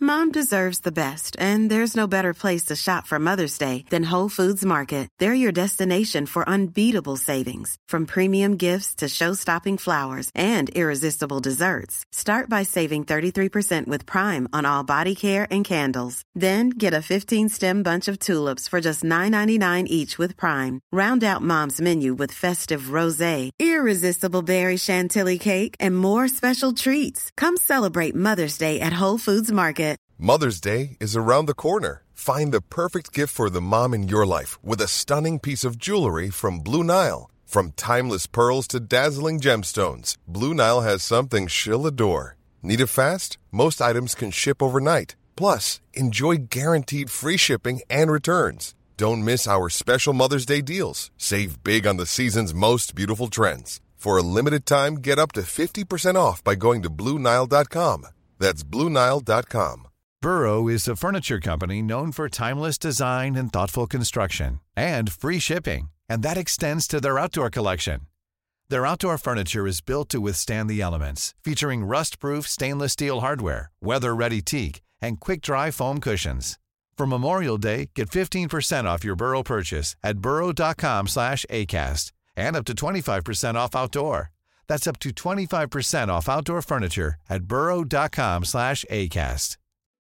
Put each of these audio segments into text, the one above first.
Mom deserves the best, and there's no better place to shop for Mother's Day than Whole Foods Market. They're your destination for unbeatable savings, from premium gifts to show-stopping flowers and irresistible desserts. Start by saving 33% with Prime on all body care and candles. Then get a 15-stem bunch of tulips for just $9.99 each with Prime. Round out Mom's menu with festive rosé, irresistible berry chantilly cake, and more special treats. Come celebrate Mother's Day at Whole Foods Market. Mother's Day is around the corner. Find the perfect gift for the mom in your life with a stunning piece of jewelry from Blue Nile. From timeless pearls to dazzling gemstones, Blue Nile has something she'll adore. Need it fast? Most items can ship overnight. Plus, enjoy guaranteed free shipping and returns. Don't miss our special Mother's Day deals. Save big on the season's most beautiful trends. For a limited time, get up to 50% off by going to BlueNile.com. That's BlueNile.com. Burrow is a furniture company known for timeless design and thoughtful construction, and free shipping, and that extends to their outdoor collection. Their outdoor furniture is built to withstand the elements, featuring rust-proof stainless steel hardware, weather-ready teak, and quick-dry foam cushions. For Memorial Day, get 15% off your Burrow purchase at burrow.com/acast, and up to 25% off outdoor. That's up to 25% off outdoor furniture at burrow.com/acast.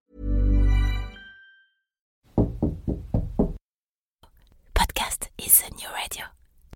Podcast is the new radio.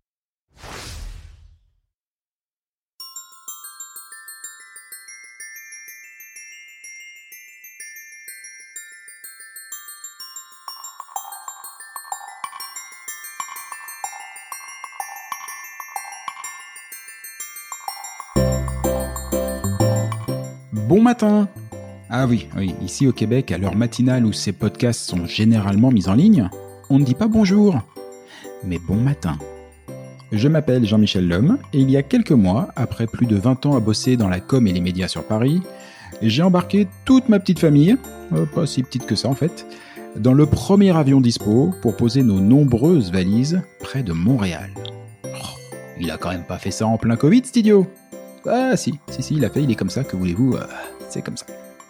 Bon matin! Ah oui, ici au Québec, à l'heure matinale où ces podcasts sont généralement mis en ligne, on ne dit pas bonjour, mais bon matin. Je m'appelle Jean-Michel Lhomme, et il y a quelques mois, après plus de 20 ans à bosser dans la com et les médias sur Paris, j'ai embarqué toute ma petite famille, pas si petite que ça en fait, dans le premier avion dispo pour poser nos nombreuses valises près de Montréal. Oh, il a quand même pas fait ça en plein Covid, cet idiot! Ah si, il a fait, il est comme ça, que voulez-vous, c'est comme ça.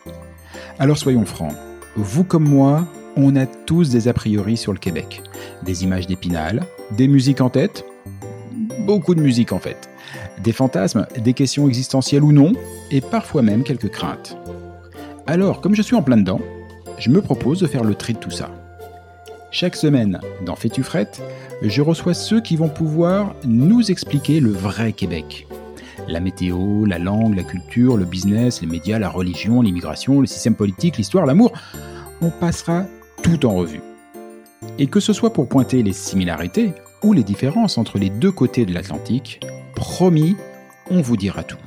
Alors soyons francs, vous comme moi, on a tous des a priori sur le Québec. Des images d'Épinal, des musiques en tête, beaucoup de musique en fait. Des fantasmes, des questions existentielles ou non, et parfois même quelques craintes. Alors, comme je suis en plein dedans, je me propose de faire le tri de tout ça. Chaque semaine, dans Fais-tu frette, je reçois ceux qui vont pouvoir nous expliquer le vrai Québec. La météo, la langue, la culture, le business, les médias, la religion, l'immigration, le système politique, l'histoire, l'amour. On passera tout en revue. Et que ce soit pour pointer les similarités ou les différences entre les deux côtés de l'Atlantique, promis, on vous dira tout.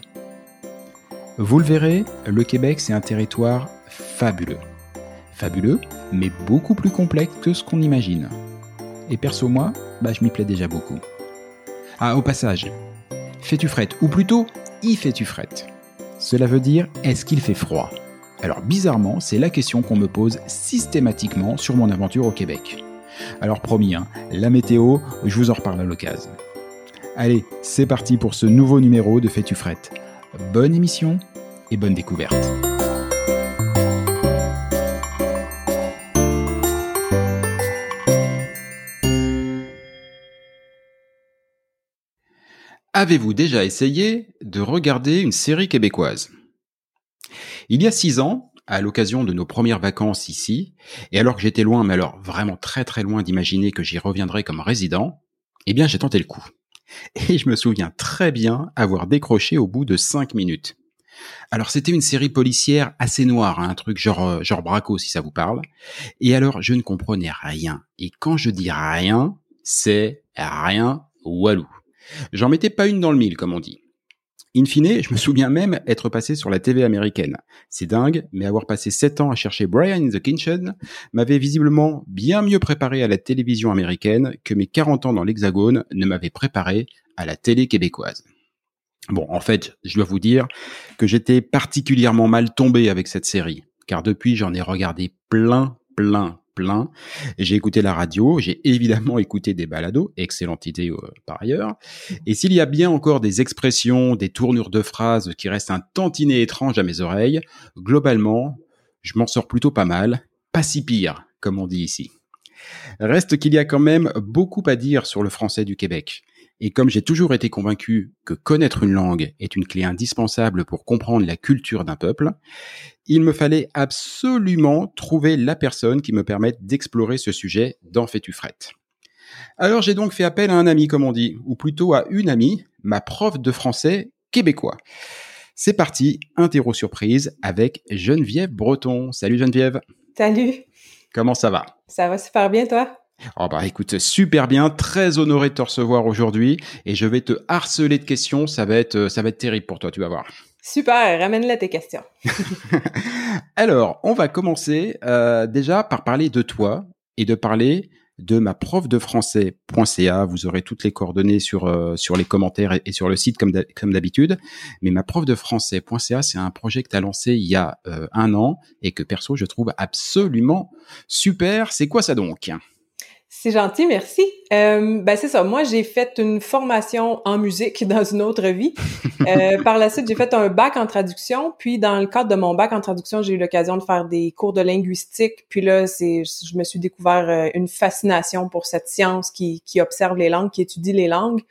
Vous le verrez, le Québec, c'est un territoire fabuleux. Fabuleux, mais beaucoup plus complexe que ce qu'on imagine. Et perso, moi, je m'y plais déjà beaucoup. Ah, au passage, fais-tu frette, ou plutôt, y fais-tu frette? Cela veut dire, est-ce qu'il fait froid? Alors bizarrement, c'est la question qu'on me pose systématiquement sur mon aventure au Québec. Alors promis, la météo, je vous en reparle à l'occasion. Allez, c'est parti pour ce nouveau numéro de Fais-tu frette. Bonne émission et bonne découverte. Avez-vous déjà essayé de regarder une série québécoise? Il y a 6 ans, à l'occasion de nos premières vacances ici, et alors que j'étais loin, mais alors vraiment très très loin d'imaginer que j'y reviendrais comme résident, j'ai tenté le coup. Et je me souviens très bien avoir décroché au bout de 5 minutes. Alors c'était une série policière assez noire, un truc genre Braco si ça vous parle. Et alors je ne comprenais rien. Et quand je dis rien, c'est rien walou. J'en mettais pas une dans le mille, comme on dit. In fine, je me souviens même être passé sur la TV américaine. C'est dingue, mais avoir passé 7 ans à chercher Brian in the Kitchen m'avait visiblement bien mieux préparé à la télévision américaine que mes 40 ans dans l'Hexagone ne m'avaient préparé à la télé québécoise. Bon, en fait, je dois vous dire que j'étais particulièrement mal tombé avec cette série, car depuis, j'en ai regardé plein. J'ai écouté la radio, j'ai évidemment écouté des balados, excellente idée par ailleurs. Et s'il y a bien encore des expressions, des tournures de phrases qui restent un tantinet étrange à mes oreilles, globalement, je m'en sors plutôt pas mal, pas si pire, comme on dit ici. Reste qu'il y a quand même beaucoup à dire sur le français du Québec. Et comme j'ai toujours été convaincu que connaître une langue est une clé indispensable pour comprendre la culture d'un peuple, il me fallait absolument trouver la personne qui me permette d'explorer ce sujet dans Fétufrette. Alors j'ai donc fait appel à un ami, comme on dit, ou plutôt à une amie, ma prof de français québécois. C'est parti, interro surprise avec Geneviève Breton. Salut Geneviève. Salut. Comment ça va? Ça va super bien, toi? Oh bah écoute, super bien, très honoré de te recevoir aujourd'hui et je vais te harceler de questions, ça va être terrible pour toi, tu vas voir. Super, ramène-la tes questions. Alors, on va commencer déjà par parler de toi et de parler de ma prof de français.ca. Vous aurez toutes les coordonnées sur les commentaires et sur le site comme d'habitude. Mais ma prof de français.ca, c'est un projet que tu as lancé il y a 1 an et que perso, je trouve absolument super. C'est quoi ça donc? C'est gentil, merci. C'est ça. Moi, j'ai fait une formation en musique dans une autre vie. Par la suite, j'ai fait un bac en traduction. Puis, dans le cadre de mon bac en traduction, j'ai eu l'occasion de faire des cours de linguistique. Puis là, je me suis découvert une fascination pour cette science qui observe les langues, qui étudie les langues.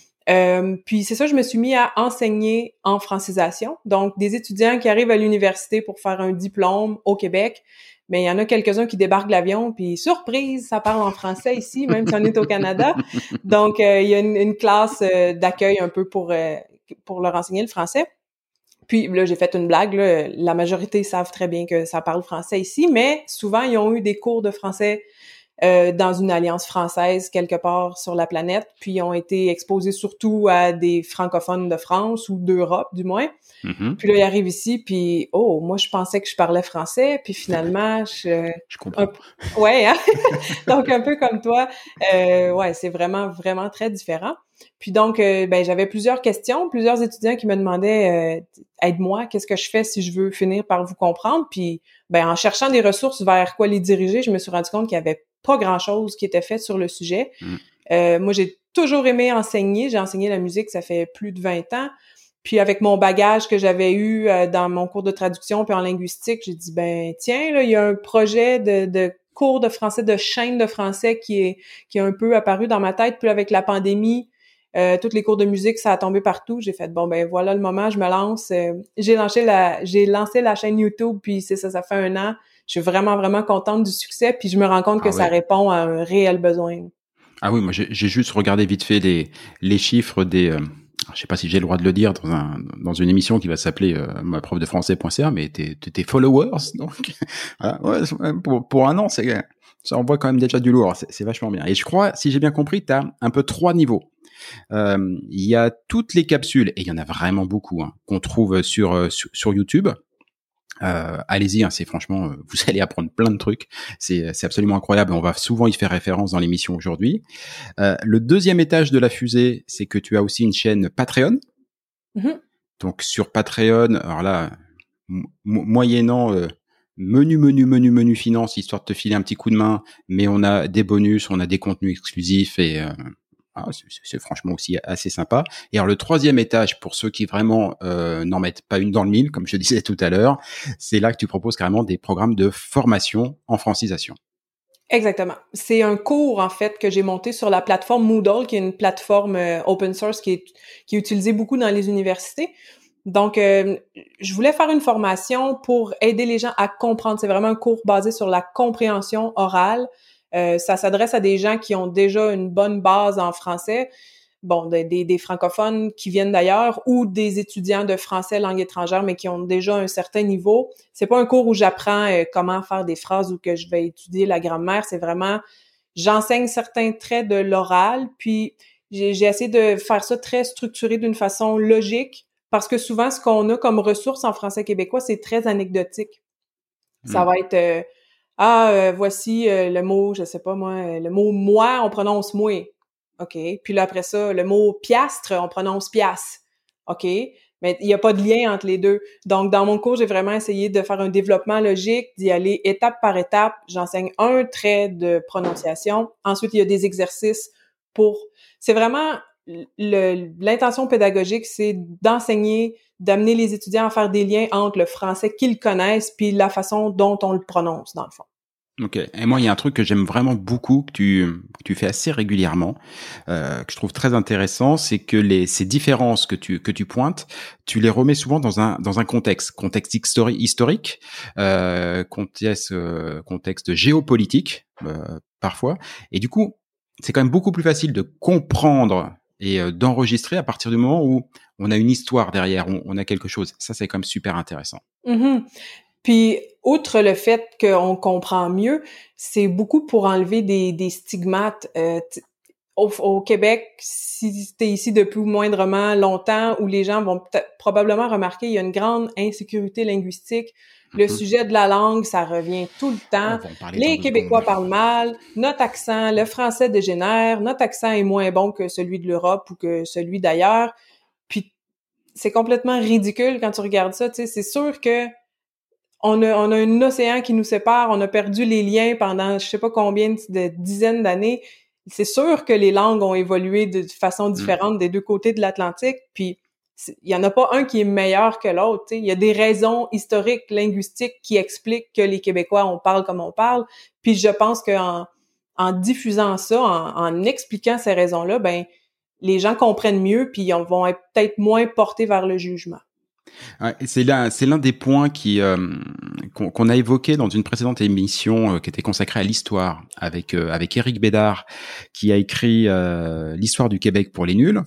Puis c'est ça, je me suis mis à enseigner en francisation. Donc, des étudiants qui arrivent à l'université pour faire un diplôme au Québec. Mais il y en a quelques-uns qui débarquent de l'avion, puis surprise, ça parle en français ici, même si on est au Canada. Donc, il y a une classe d'accueil un peu pour leur enseigner le français. Puis là, j'ai fait une blague, là. La majorité savent très bien que ça parle français ici, mais souvent, ils ont eu des cours de français dans une alliance française quelque part sur la planète, puis ils ont été exposés surtout à des francophones de France ou d'Europe, du moins. Mm-hmm. Puis là, ils arrivent ici, puis moi, je pensais que je parlais français, puis finalement, je comprends. Ouais, hein? Donc, un peu comme toi, c'est vraiment, vraiment très différent. Puis donc, j'avais plusieurs questions, plusieurs étudiants qui me demandaient aide-moi, qu'est-ce que je fais si je veux finir par vous comprendre? Puis, en cherchant des ressources vers quoi les diriger, je me suis rendu compte qu'il y avait pas grand-chose qui était fait sur le sujet. Moi, j'ai toujours aimé enseigner. J'ai enseigné la musique, ça fait plus de 20 ans. Puis avec mon bagage que j'avais eu dans mon cours de traduction puis en linguistique, j'ai dit, tiens, là, il y a un projet de cours de français, de chaîne de français qui est un peu apparu dans ma tête. Puis avec la pandémie, tous les cours de musique, ça a tombé partout. J'ai fait, voilà le moment, je me lance. J'ai lancé la chaîne YouTube, puis c'est ça fait 1 an. Je suis vraiment, vraiment contente du succès, puis je me rends compte que ça répond à un réel besoin. Ah oui, moi j'ai juste regardé vite fait les chiffres des... je sais pas si j'ai le droit de le dire dans une émission qui va s'appeler ma prof de français.ca, mais tes followers, donc voilà, pour 1 an, ça envoie quand même déjà du lourd, c'est vachement bien. Et je crois, si j'ai bien compris, tu as un peu 3 niveaux. Il y a toutes les capsules, et il y en a vraiment beaucoup, qu'on trouve sur YouTube. Allez-y, c'est franchement, vous allez apprendre plein de trucs. C'est absolument incroyable. On va souvent y faire référence dans l'émission aujourd'hui. Le deuxième étage de la fusée, c'est que tu as aussi une chaîne Patreon. Mm-hmm. Donc sur Patreon, alors là, moyennant menu finance, histoire de te filer un petit coup de main, mais on a des bonus, on a des contenus exclusifs et c'est franchement aussi assez sympa. Et alors le 3e étage, pour ceux qui vraiment n'en mettent pas une dans le mille, comme je disais tout à l'heure, c'est là que tu proposes carrément des programmes de formation en francisation. Exactement. C'est un cours, en fait, que j'ai monté sur la plateforme Moodle, qui est une plateforme open source qui est utilisée beaucoup dans les universités. Donc, je voulais faire une formation pour aider les gens à comprendre. C'est vraiment un cours basé sur la compréhension orale. Ça s'adresse à des gens qui ont déjà une bonne base en français, des francophones qui viennent d'ailleurs ou des étudiants de français langue étrangère mais qui ont déjà un certain niveau. C'est pas un cours où j'apprends comment faire des phrases ou que je vais étudier la grammaire, c'est vraiment j'enseigne certains traits de l'oral, puis j'ai essayé de faire ça très structuré d'une façon logique parce que souvent ce qu'on a comme ressources en français québécois, c'est très anecdotique. Ça va être voici le mot, je sais pas moi, le mot « moi », on prononce « moi ». OK. Puis là, après ça, le mot « piastre », on prononce « piastre ». OK. Mais il n'y a pas de lien entre les deux. Donc, dans mon cours, j'ai vraiment essayé de faire un développement logique, d'y aller étape par étape. J'enseigne un trait de prononciation. Ensuite, il y a des exercices c'est vraiment l'intention pédagogique, c'est d'enseigner, d'amener les étudiants à faire des liens entre le français qu'ils connaissent puis la façon dont on le prononce, dans le fond. Ok. Et moi, il y a un truc que j'aime vraiment beaucoup, que tu fais assez régulièrement, que je trouve très intéressant, c'est que ces différences que tu pointes, tu les remets souvent dans un contexte historique, contexte géopolitique, parfois. Et du coup, c'est quand même beaucoup plus facile de comprendre et d'enregistrer à partir du moment où on a une histoire derrière, on a quelque chose. Ça, c'est quand même super intéressant. Mm-hmm. Puis, outre le fait qu'on comprend mieux, c'est beaucoup pour enlever des stigmates. Au Québec, si t'es ici depuis moindrement longtemps, où les gens vont probablement remarquer, il y a une grande insécurité linguistique. Le sujet de la langue, ça revient tout le temps. Les Québécois parlent mal, notre accent, le français dégénère, notre accent est moins bon que celui de l'Europe ou que celui d'ailleurs. Puis, c'est complètement ridicule quand tu regardes ça, tu sais. C'est sûr que on a un océan qui nous sépare, on a perdu les liens pendant je sais pas combien de dizaines d'années. C'est sûr que les langues ont évolué de façon différente des deux côtés de l'Atlantique, puis il y en a pas un qui est meilleur que l'autre, tu sais. Il y a des raisons historiques, linguistiques qui expliquent que les Québécois, on parle comme on parle, puis je pense en diffusant ça, en expliquant ces raisons-là, ben les gens comprennent mieux, puis ils vont être peut-être moins portés vers le jugement. Ouais, c'est l'un des points qu'on a évoqué dans une précédente émission qui était consacrée à l'histoire avec Éric Bédard, qui a écrit l'histoire du Québec pour les nuls,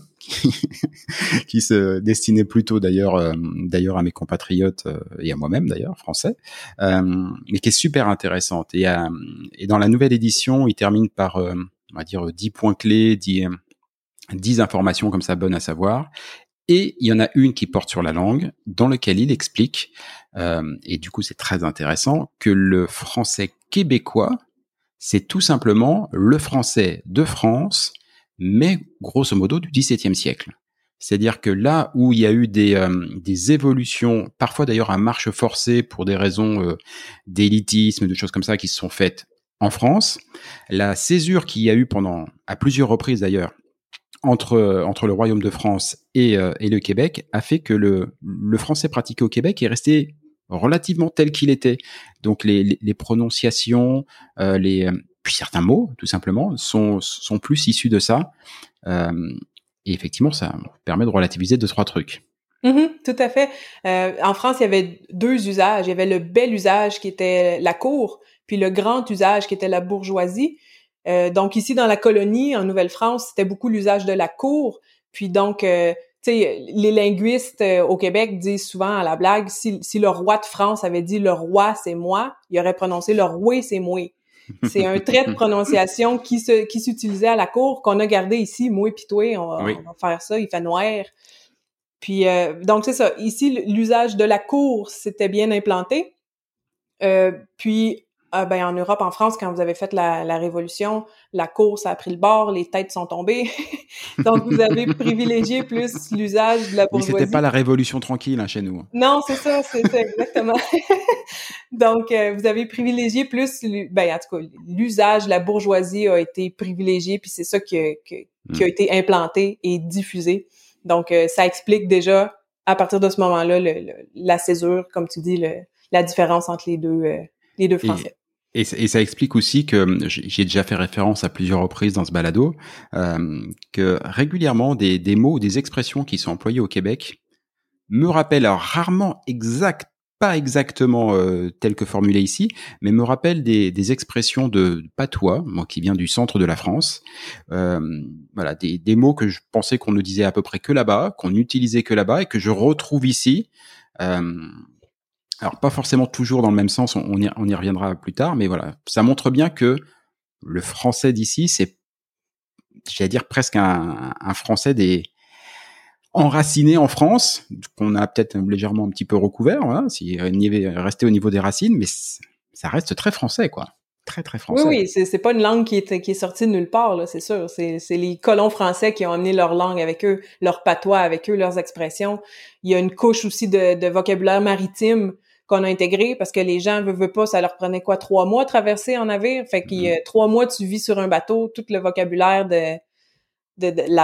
qui se destinait plutôt d'ailleurs à mes compatriotes et à moi-même d'ailleurs français, mais qui est super intéressante. Et dans la nouvelle édition, il termine par on va dire 10 points clés, 10 informations comme ça bonnes à savoir. Et il y en a une qui porte sur la langue, dans lequel il explique, et du coup c'est très intéressant, que le français québécois, c'est tout simplement le français de France, mais grosso modo du XVIIe siècle. C'est-à-dire que là où il y a eu des évolutions, parfois d'ailleurs à marche forcée pour des raisons d'élitisme, de choses comme ça qui se sont faites en France, la césure qu'il y a eu à plusieurs reprises d'ailleurs, entre le Royaume de France et le Québec a fait que le français pratiqué au Québec est resté relativement tel qu'il était. Donc les prononciations, puis certains mots tout simplement sont plus issus de ça. Et effectivement, ça permet de relativiser 2-3 trucs. Tout à fait. En France, il y avait 2 usages. Il y avait le bel usage qui était la cour, puis le grand usage qui était la bourgeoisie. Donc ici, dans la colonie, en Nouvelle-France, c'était beaucoup l'usage de la cour. Puis donc, tu sais, les linguistes au Québec disent souvent à la blague, si le roi de France avait dit « le roi, c'est moi », il aurait prononcé « le roi, c'est moi ». C'est un trait de prononciation qui s'utilisait à la cour, qu'on a gardé ici, « moi puis toi », on va faire ça, il fait noir. Puis donc c'est ça. Ici, l'usage de la cour s'était bien implanté. Puis en Europe, en France, quand vous avez fait la Révolution, la cour, ça a pris le bord, les têtes sont tombées. Donc vous avez privilégié plus l'usage de la bourgeoisie. Oui, c'était pas la Révolution tranquille chez nous. Non, c'est ça exactement. Donc vous avez privilégié plus, en tout cas, l'usage de la bourgeoisie a été privilégié, puis c'est ça qui a été implanté et diffusé. Donc, ça explique déjà, à partir de ce moment-là, la césure, comme tu dis, la différence entre les deux français. Et ça explique aussi que, j'ai déjà fait référence à plusieurs reprises dans ce balado, que régulièrement, des mots ou des expressions qui sont employées au Québec me rappellent, alors rarement pas exactement telles que formulées ici, mais me rappellent des expressions de patois, moi qui viens du centre de la France, voilà, des mots que je pensais qu'on ne disait à peu près que là-bas, qu'on n'utilisait que là-bas et que je retrouve ici. Alors pas forcément toujours dans le même sens, on y reviendra plus tard, mais voilà, ça montre bien que le français d'ici, c'est, j'allais dire presque un français enraciné en France, qu'on a peut-être légèrement un petit peu recouvert, voilà, s'il restait au niveau des racines, mais ça reste très français, quoi. Très, très français. Oui, c'est pas une langue qui est sortie de nulle part, là, c'est sûr. C'est les colons français qui ont amené leur langue avec eux, leur patois avec eux, leurs expressions. Il y a une couche aussi de vocabulaire maritime qu'on a intégré parce que les gens veulent pas, ça leur prenait 3 mois traverser en navire. Fait qu'il y a 3 mois, tu vis sur un bateau, tout le vocabulaire de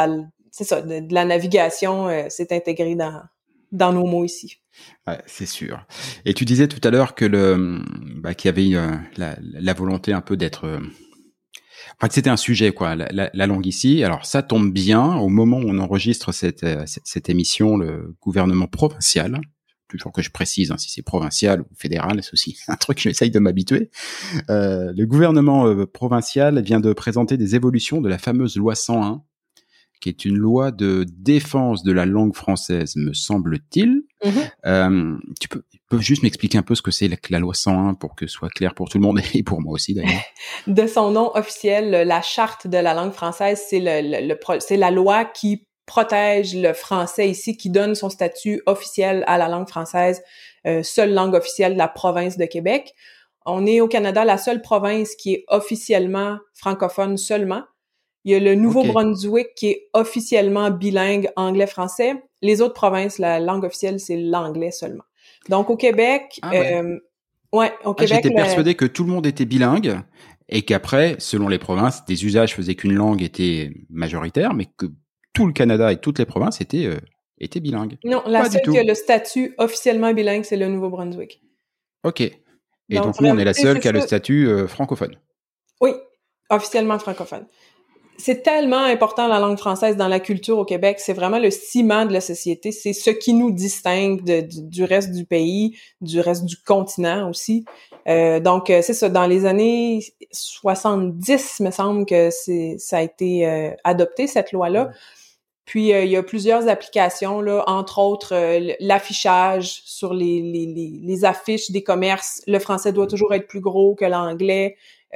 c'est ça, de la navigation, c'est intégré dans nos mots ici. Ouais, c'est sûr. Et tu disais tout à l'heure que qu'il y avait la volonté un peu d'être, enfin que c'était un sujet quoi, la langue ici. Alors ça tombe bien au moment où on enregistre cette émission, le gouvernement provincial. Toujours que je précise si c'est provincial ou fédéral, c'est aussi un truc j'essaye de m'habituer. Le gouvernement provincial vient de présenter des évolutions de la fameuse loi 101, qui est une loi de défense de la langue française, me semble-t-il. Tu peux juste m'expliquer un peu ce que c'est la loi 101 pour que ce soit clair pour tout le monde et pour moi aussi d'ailleurs. De son nom officiel, la Charte de la langue française, c'est la loi qui protège le français ici, qui donne son statut officiel à la langue française, seule langue officielle de la province de Québec. On est au Canada la seule province qui est officiellement francophone seulement. Il y a le Nouveau-Brunswick qui est officiellement bilingue anglais-français. Les autres provinces, la langue officielle, c'est l'anglais seulement. Donc, au Québec, au Québec... J'étais persuadé que tout le monde était bilingue et qu'après, selon les provinces, des usages faisaient qu'une langue était majoritaire, mais que tout le Canada et toutes les provinces étaient bilingues. Non, la seule qui a le statut officiellement bilingue, c'est le Nouveau-Brunswick. OK. Et donc nous, on est la seule qui a le statut francophone. Oui, officiellement francophone. C'est tellement important la langue française dans la culture au Québec, c'est vraiment le ciment de la société, c'est ce qui nous distingue du reste du pays, du reste du continent aussi. Donc c'est ça, dans les années 70, me semble que ça a été adopté cette loi-là. Puis il y a plusieurs applications là, entre autres l'affichage sur les affiches des commerces, le français doit toujours être plus gros que l'anglais.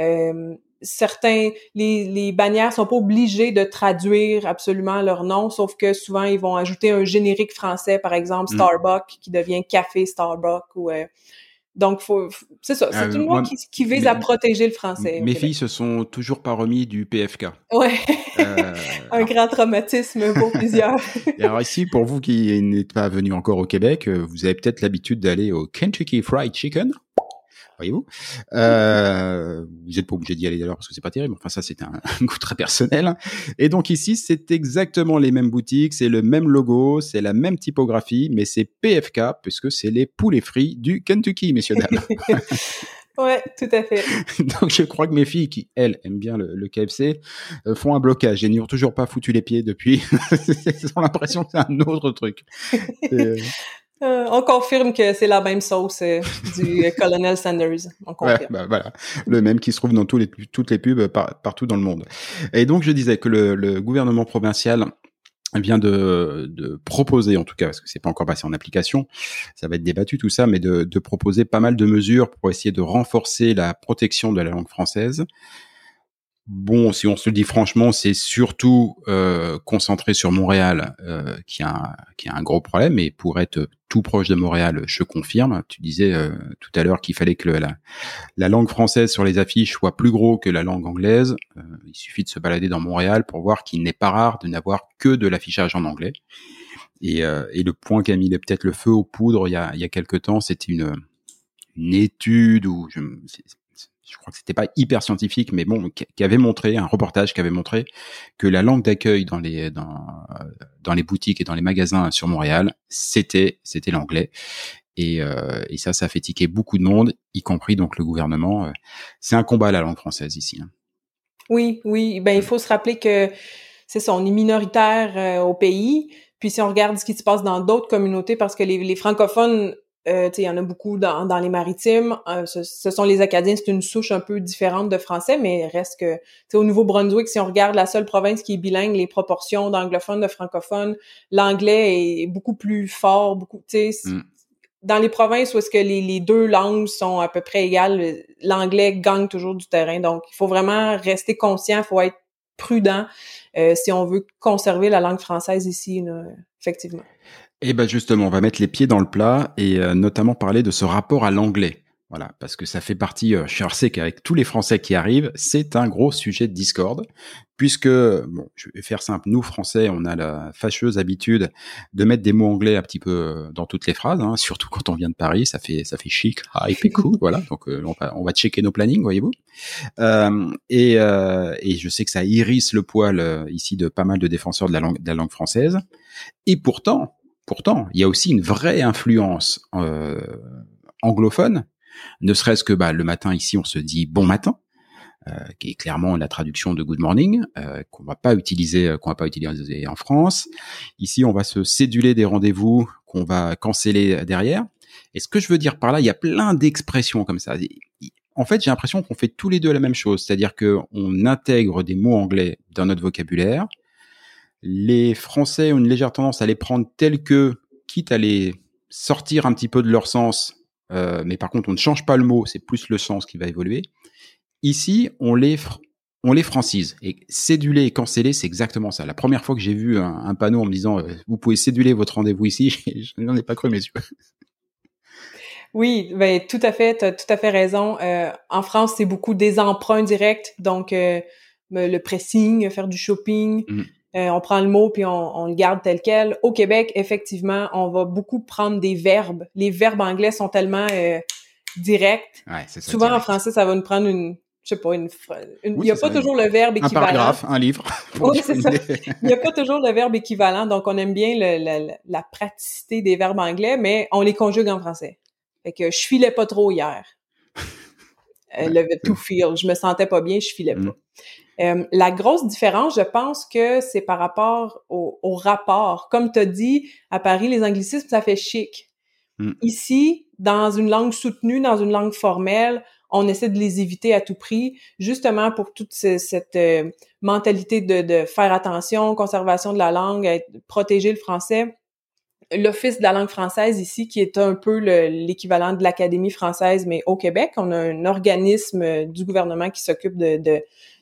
Les bannières sont pas obligées de traduire absolument leur nom, sauf que souvent ils vont ajouter un générique français, par exemple Starbucks qui devient Café Starbucks ou donc c'est ça, c'est une loi qui vise à protéger le français. Mes filles se sont toujours pas remis du PFK. Ouais. Un grand traumatisme pour plusieurs. Et alors ici, pour vous qui n'êtes pas venus encore au Québec, vous avez peut-être l'habitude d'aller au Kentucky Fried Chicken. Voyez-vous, vous n'êtes pas obligé d'y aller d'ailleurs parce que c'est pas terrible. Enfin, ça, c'est un goût très personnel. Et donc ici, c'est exactement les mêmes boutiques, c'est le même logo, c'est la même typographie, mais c'est PFK puisque c'est les poulets frits du Kentucky, messieurs dames. Ouais, tout à fait. Donc je crois que mes filles qui elles aiment bien le KFC font un blocage et n'y ont toujours pas foutu les pieds depuis. Elles ont l'impression que c'est un autre truc. On confirme que c'est la même sauce du Colonel Sanders. On confirme. Ouais, voilà. Le même qui se trouve dans toutes les pubs partout dans le monde. Et donc, je disais que le gouvernement provincial vient de proposer, en tout cas, parce que c'est pas encore passé en application, ça va être débattu tout ça, mais de proposer pas mal de mesures pour essayer de renforcer la protection de la langue française. Bon, si on se le dit franchement, c'est surtout concentré sur Montréal qui a un gros problème. Et pour être tout proche de Montréal, je confirme. Tu disais tout à l'heure qu'il fallait que la langue française sur les affiches soit plus gros que la langue anglaise. Il suffit de se balader dans Montréal pour voir qu'il n'est pas rare de n'avoir que de l'affichage en anglais. Et le point qui a mis peut-être le feu aux poudres il y a quelque temps, c'était une étude où je crois que c'était pas hyper scientifique, mais bon, qui avait montré, un reportage qui avait montré que la langue d'accueil dans les boutiques et dans les magasins sur Montréal, c'était l'anglais. Et ça a fait tiquer beaucoup de monde, y compris donc le gouvernement. C'est un combat la langue française ici. Hein. Oui. Ben il faut se rappeler que c'est ça, on est minoritaire au pays. Puis si on regarde ce qui se passe dans d'autres communautés, parce que les francophones il y en a beaucoup dans les maritimes. Ce sont les Acadiens, c'est une souche un peu différente de français, mais reste que, au Nouveau-Brunswick, si on regarde la seule province qui est bilingue, les proportions d'anglophones, de francophones, l'anglais est beaucoup plus fort, dans les provinces où est-ce que les deux langues sont à peu près égales, l'anglais gagne toujours du terrain. Donc, il faut vraiment rester conscient, il faut être prudent si on veut conserver la langue française ici, là, effectivement. Et ben justement, on va mettre les pieds dans le plat et notamment parler de ce rapport à l'anglais. Voilà, parce que ça fait partie, je sais qu'avec tous les Français qui arrivent, c'est un gros sujet de discorde, puisque, bon, je vais faire simple, nous Français, on a la fâcheuse habitude de mettre des mots anglais un petit peu dans toutes les phrases, hein, surtout quand on vient de Paris, ça fait chic, hype et cool, voilà, donc on va checker nos plannings, voyez-vous. Et je sais que ça hérisse le poil ici de pas mal de défenseurs de la langue française, et pourtant, il y a aussi une vraie influence anglophone. Ne serait-ce que le matin ici, on se dit bon matin, qui est clairement la traduction de good morning, qu'on va pas utiliser en France. Ici, on va se céduler des rendez-vous qu'on va canceller derrière. Et ce que je veux dire par là, il y a plein d'expressions comme ça. En fait, j'ai l'impression qu'on fait tous les deux la même chose, c'est-à-dire que on intègre des mots anglais dans notre vocabulaire. Les Français ont une légère tendance à les prendre tels que, quitte à les sortir un petit peu de leur sens. Mais par contre, on ne change pas le mot, c'est plus le sens qui va évoluer. Ici, on les francise. Et céduler et canceller, c'est exactement ça. La première fois que j'ai vu un panneau en me disant « Vous pouvez céduler votre rendez-vous ici », je n'en ai pas cru mes yeux. Oui, tout à fait, t'as tout à fait raison. En France, c'est beaucoup des emprunts directs, donc le pressing, faire du shopping. On prend le mot puis on le garde tel quel. Au Québec, effectivement, on va beaucoup prendre des verbes. Les verbes anglais sont tellement directs. Ouais, c'est ça, souvent, direct. en français, ça va nous prendre il y a pas ça, toujours le verbe équivalent. Un paragraphe, un livre. Oui, c'est ça. Il y a pas toujours le verbe équivalent, donc on aime bien la praticité des verbes anglais, mais on les conjugue en français. Fait que je filais pas trop hier. Le to feel, je me sentais pas bien, je filais pas. La grosse différence, je pense que c'est par rapport au rapport. Comme tu as dit, à Paris, les anglicismes, ça fait chic. Ici, dans une langue soutenue, dans une langue formelle, on essaie de les éviter à tout prix, justement pour toute cette mentalité de faire attention, conservation de la langue, protéger le français. L'Office de la langue française ici, qui est un peu l'équivalent de l'Académie française, mais au Québec, on a un organisme du gouvernement qui s'occupe de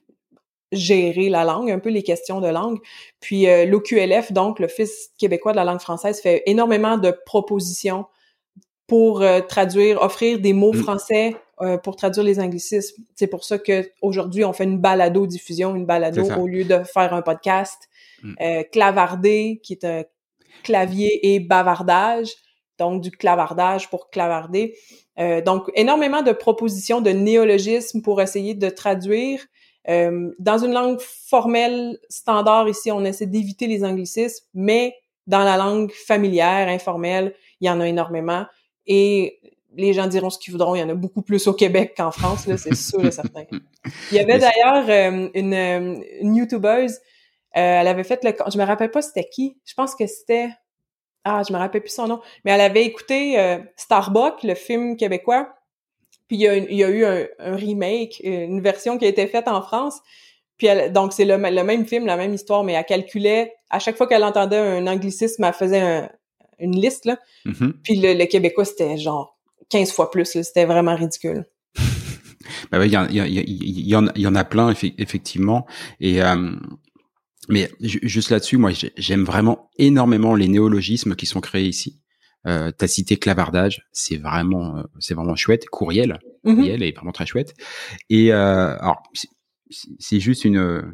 gérer la langue, un peu les questions de langue. Puis l'OQLF, donc l'Office québécois de la langue française, fait énormément de propositions pour offrir des mots français pour traduire les anglicismes. C'est pour ça que aujourd'hui on fait une balado-diffusion, au lieu de faire un podcast. Clavarder, qui est un clavier et bavardage, donc du clavardage pour clavarder. Donc énormément de propositions de néologismes pour essayer de traduire. Dans une langue formelle standard ici, on essaie d'éviter les anglicismes, mais dans la langue familière, informelle, il y en a énormément. Et les gens diront ce qu'ils voudront, il y en a beaucoup plus au Québec qu'en France, là, c'est sûr et certain. Il y avait d'ailleurs une YouTubeuse, elle avait fait je me rappelle pas c'était qui, je pense que c'était, je me rappelle plus son nom, mais elle avait écouté Starbuck, le film québécois, puis il y a eu un remake, une version qui a été faite en France. Puis donc c'est le même film, la même histoire, mais elle calculait, à chaque fois qu'elle entendait un anglicisme, elle faisait une liste, là. Puis le québécois, c'était genre 15 fois plus, là. C'était vraiment ridicule. Il y en a plein, effectivement. Et mais juste là-dessus, moi, j'aime vraiment énormément les néologismes qui sont créés ici. T'as cité clavardage, c'est vraiment chouette. Courriel est vraiment très chouette. Et alors c'est juste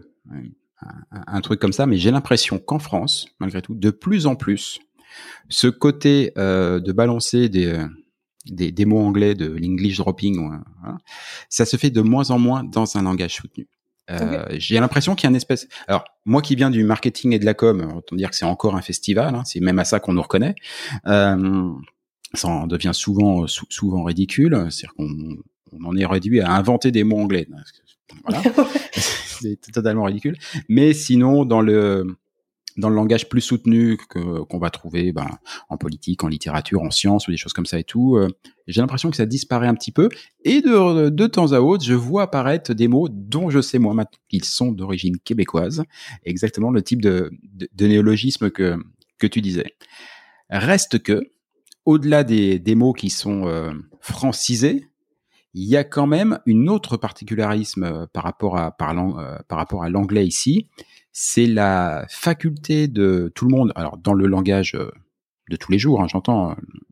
un truc comme ça, mais j'ai l'impression qu'en France, malgré tout, de plus en plus, ce côté de balancer des mots anglais, de l'English dropping, ça se fait de moins en moins dans un langage soutenu. J'ai l'impression qu'il y a une espèce... Alors, moi qui viens du marketing et de la com, autant dire que c'est encore un festival, hein, c'est même à ça qu'on nous reconnaît. Ça en devient souvent ridicule, c'est-à-dire qu'on en est réduit à inventer des mots anglais. Voilà. C'est totalement ridicule. Mais sinon, dans le langage plus soutenu qu'on va trouver en politique, en littérature, en sciences ou des choses comme ça et tout, j'ai l'impression que ça disparaît un petit peu. Et de temps à autre, je vois apparaître des mots dont je sais moi maintenant qu'ils sont d'origine québécoise, exactement le type de néologisme que tu disais. Reste que, au-delà des mots qui sont francisés, il y a quand même une autre particularisme par rapport à l'anglais ici, c'est la faculté de tout le monde, alors dans le langage de tous les jours, hein, j'entends,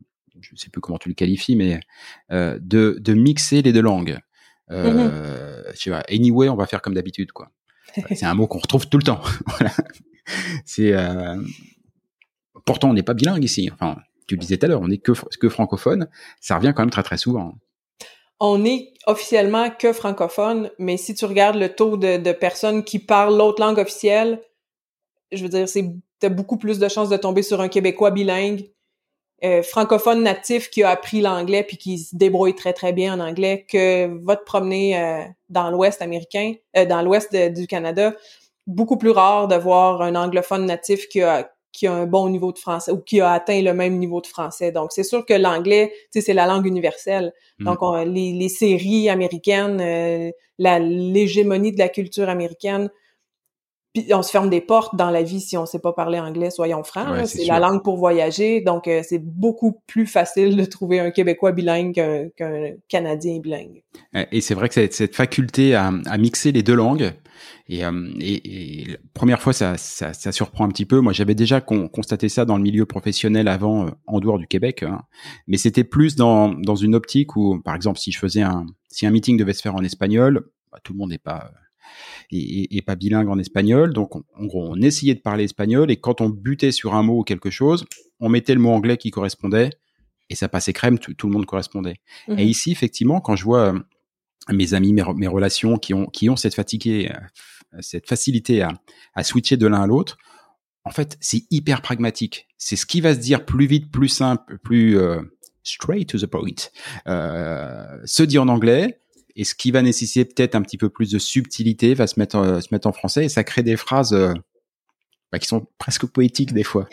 je sais plus comment tu le qualifies, mais de mixer les deux langues. Je sais pas, anyway, on va faire comme d'habitude, quoi. C'est un mot qu'on retrouve tout le temps. Voilà. C'est pourtant on n'est pas bilingue ici. Enfin, tu le disais tout à l'heure, on n'est que francophone. Ça revient quand même très très souvent. On est officiellement que francophone, mais si tu regardes le taux de personnes qui parlent l'autre langue officielle, je veux dire, t'as beaucoup plus de chances de tomber sur un Québécois bilingue, francophone natif qui a appris l'anglais puis qui se débrouille très très bien en anglais, que va te promener dans l'Ouest américain, dans l'Ouest du Canada. Beaucoup plus rare de voir un anglophone natif qui a un bon niveau de français ou qui a atteint le même niveau de français. Donc, c'est sûr que l'anglais, tu sais, c'est la langue universelle. Donc, les séries américaines, l'hégémonie de la culture américaine, puis on se ferme des portes dans la vie si on sait pas parler anglais, soyons francs. Ouais, c'est la langue pour voyager, donc c'est beaucoup plus facile de trouver un Québécois bilingue qu'un Canadien bilingue. Et c'est vrai que cette faculté à mixer les deux langues, et la première fois ça surprend un petit peu. Moi, j'avais déjà constaté ça dans le milieu professionnel avant, en dehors du Québec, hein. Mais c'était plus dans une optique où, par exemple, si un meeting devait se faire en espagnol, tout le monde n'est pas et pas bilingue en espagnol, donc en gros on essayait de parler espagnol, et quand on butait sur un mot ou quelque chose, on mettait le mot anglais qui correspondait et ça passait crème, tout le monde correspondait. Et ici, effectivement, quand je vois mes amis, mes relations qui ont cette facilité à switcher de l'un à l'autre, en fait c'est hyper pragmatique, c'est ce qui va se dire plus vite, plus simple, plus straight to the point, se dit en anglais. Et ce qui va nécessiter peut-être un petit peu plus de subtilité va se mettre en français, et ça crée des phrases qui sont presque poétiques des fois.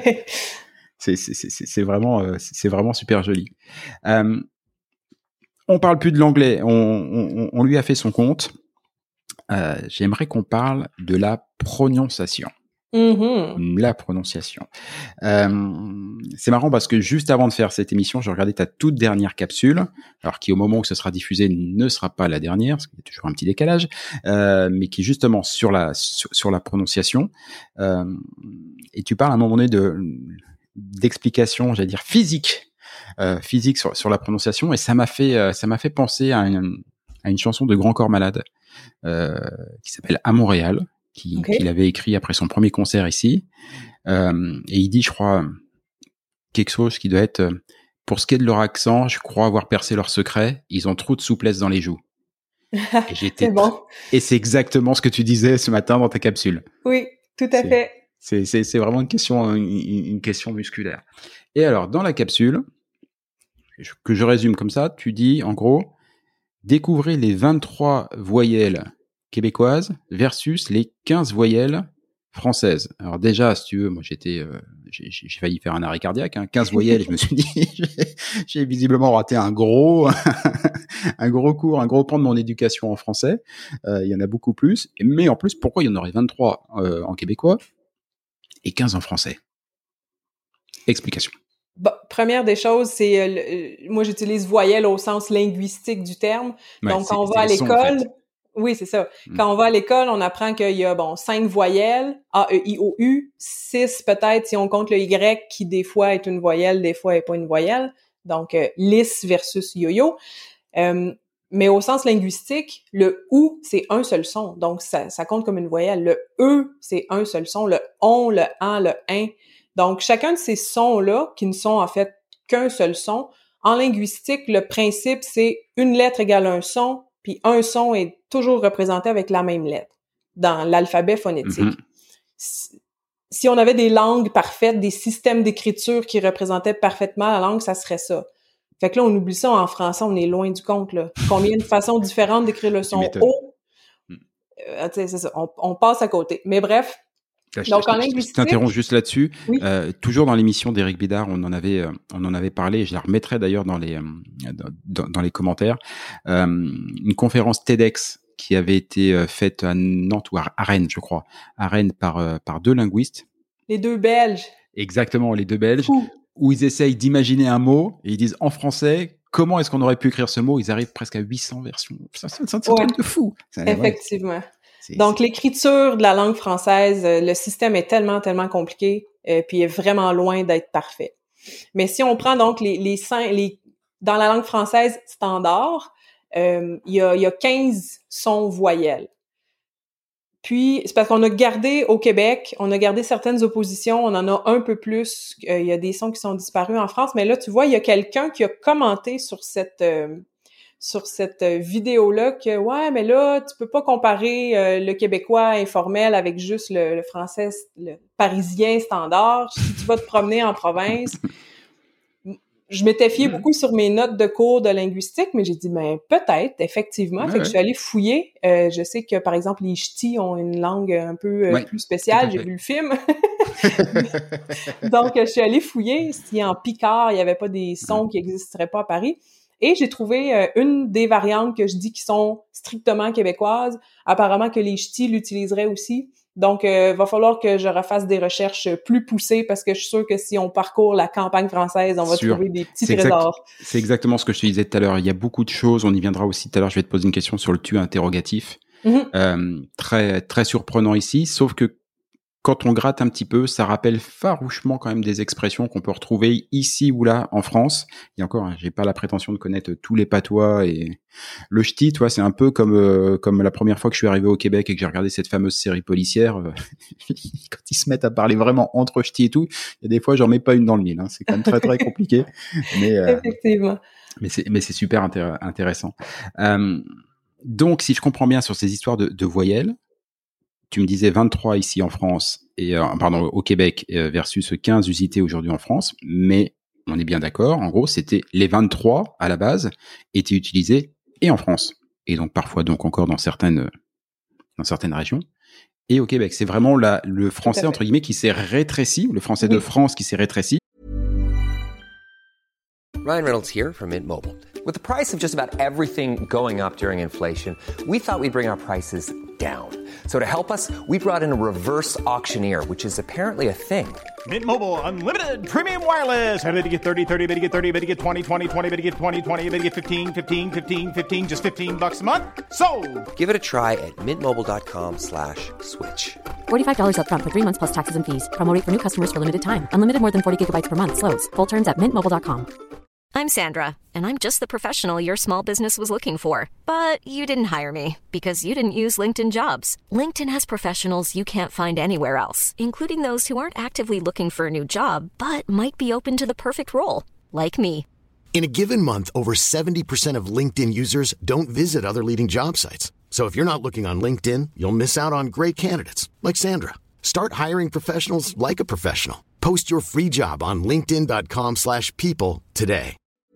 C'est vraiment super joli. On parle plus de l'anglais, on lui a fait son compte. J'aimerais qu'on parle de la prononciation. La prononciation. C'est marrant parce que juste avant de faire cette émission, j'ai regardé ta toute dernière capsule, alors qui au moment où ce sera diffusé ne sera pas la dernière, parce qu'il y a toujours un petit décalage, mais qui est justement sur la prononciation. Et tu parles à un moment donné d'explications, j'allais dire physique sur la prononciation, et ça m'a fait penser à une chanson de Grand Corps Malade qui s'appelle À Montréal. Qu'il avait écrit après son premier concert ici, et il dit, je crois, quelque chose qui doit être pour ce qui est de leur accent, je crois avoir percé leur secret, ils ont trop de souplesse dans les joues. Et c'est bon. Et c'est exactement ce que tu disais ce matin dans ta capsule. Oui, tout à fait. C'est vraiment une question musculaire. Et alors, dans la capsule, que je résume comme ça, tu dis, en gros, découvrez les 23 voyelles québécoises versus les 15 voyelles françaises. Alors déjà, si tu veux, moi j'ai failli faire un arrêt cardiaque, 15 voyelles, et je me suis dit, j'ai visiblement raté un gros cours, un gros pan de mon éducation en français. Il y en a beaucoup plus. Mais en plus, pourquoi il y en aurait 23 en québécois et 15 en français? Explication. Bon, première des choses, c'est moi j'utilise voyelles au sens linguistique du terme. Ouais, donc quand on va à l'école, en fait. Oui, c'est ça. Quand on va à l'école, on apprend qu'il y a 5 voyelles, A, E, I, O, U, 6 peut-être si on compte le Y qui des fois est une voyelle, des fois est pas une voyelle. Donc lisse versus yo-yo. Mais au sens linguistique, le OU, c'est un seul son. Donc ça compte comme une voyelle. Le E, c'est un seul son. Le ON, le AN, le IN. Donc chacun de ces sons-là, qui ne sont en fait qu'un seul son, en linguistique, le principe, c'est une lettre égale un son, puis un son est toujours représenté avec la même lettre dans l'alphabet phonétique. Si on avait des langues parfaites, des systèmes d'écriture qui représentaient parfaitement la langue, ça serait ça. Fait que là, on oublie ça en français, on est loin du compte, là. Combien de façons différentes d'écrire le son O? C'est ça, on passe à côté. Mais bref. Donc, en linguistique. Je t'interromps juste là-dessus. Oui. Toujours dans l'émission d'Éric Bédard, on en avait parlé, et je la remettrai d'ailleurs dans les commentaires. Une conférence TEDx qui avait été faite à Nantes ou à Rennes, je crois. À Rennes par 2 linguistes. Les 2 Belges. Exactement, les 2 Belges. Où ils essayent d'imaginer un mot, et ils disent en français, comment est-ce qu'on aurait pu écrire ce mot? Ils arrivent presque à 800 versions. C'est un truc de fou. Effectivement. Donc, l'écriture de la langue française, le système est tellement, tellement compliqué, puis est vraiment loin d'être parfait. Mais si on prend donc dans la langue française standard, il y a 15 sons voyelles. Puis, c'est parce qu'on a gardé au Québec, on a gardé certaines oppositions, on en a un peu plus, il y a des sons qui sont disparus en France, mais là, tu vois, il y a quelqu'un qui a commenté sur cette vidéo-là que, ouais, mais là, tu peux pas comparer le québécois informel avec juste le français, le parisien standard. Si tu vas te promener en province... Je m'étais fiée beaucoup sur mes notes de cours de linguistique, mais j'ai dit, ben peut-être, effectivement. Fait que je suis allée fouiller. Je sais que, par exemple, les ch'tis ont une langue un peu plus spéciale. J'ai vu le film. Donc, je suis allée fouiller si en picard, il y avait pas des sons qui existeraient pas à Paris. Et j'ai trouvé une des variantes que je dis qui sont strictement québécoises. Apparemment que les ch'tis l'utiliseraient aussi. Donc, va falloir que je refasse des recherches plus poussées parce que je suis sûre que si on parcourt la campagne française, on va trouver des petits trésors. C'est exactement ce que je te disais tout à l'heure. Il y a beaucoup de choses. On y viendra aussi tout à l'heure. Je vais te poser une question sur le tu interrogatif. Très, très surprenant ici. Sauf que quand on gratte un petit peu, ça rappelle farouchement quand même des expressions qu'on peut retrouver ici ou là en France. Et encore, j'ai pas la prétention de connaître tous les patois et le ch'ti, toi, c'est un peu comme la première fois que je suis arrivé au Québec et que j'ai regardé cette fameuse série policière. Quand ils se mettent à parler vraiment entre ch'ti et tout, il y a des fois, j'en mets pas une dans le mille. Hein. C'est quand même très très compliqué. Mais effectivement. Mais c'est super intéressant. Donc, si je comprends bien sur ces histoires de voyelles. Tu me disais 23 ici en France et au Québec versus 15 usités aujourd'hui en France, mais on est bien d'accord. En gros, c'était les 23 à la base étaient utilisés et en France et donc parfois donc encore dans certaines régions et au Québec. C'est vraiment le français entre guillemets qui s'est rétréci, le français de France qui s'est rétréci. Ryan Reynolds here from Mint Mobile. With the price of just about everything going up during inflation, we thought we'd bring our prices down. So to help us, we brought in a reverse auctioneer, which is apparently a thing. Mint Mobile Unlimited Premium Wireless. How to get 30, 30, how to get 30, how to get 20, 20, 20, how to get 20, 20, how to get 15, 15, 15, 15, just $15 a month? Sold! Give it a try at mintmobile.com/switch. $45 up front for 3 months plus taxes and fees. Promo rate for new customers for limited time. Unlimited more than 40 gigabytes per month. Slows full terms at mintmobile.com. I'm Sandra, and I'm just the professional your small business was looking for. But you didn't hire me because you didn't use LinkedIn Jobs. LinkedIn has professionals you can't find anywhere else, including those who aren't actively looking for a new job, but might be open to the perfect role, like me. In a given month, over 70% of LinkedIn users don't visit other leading job sites. So if you're not looking on LinkedIn, you'll miss out on great candidates, like Sandra. Start hiring professionals like a professional. Post your free job on linkedin.com/people today.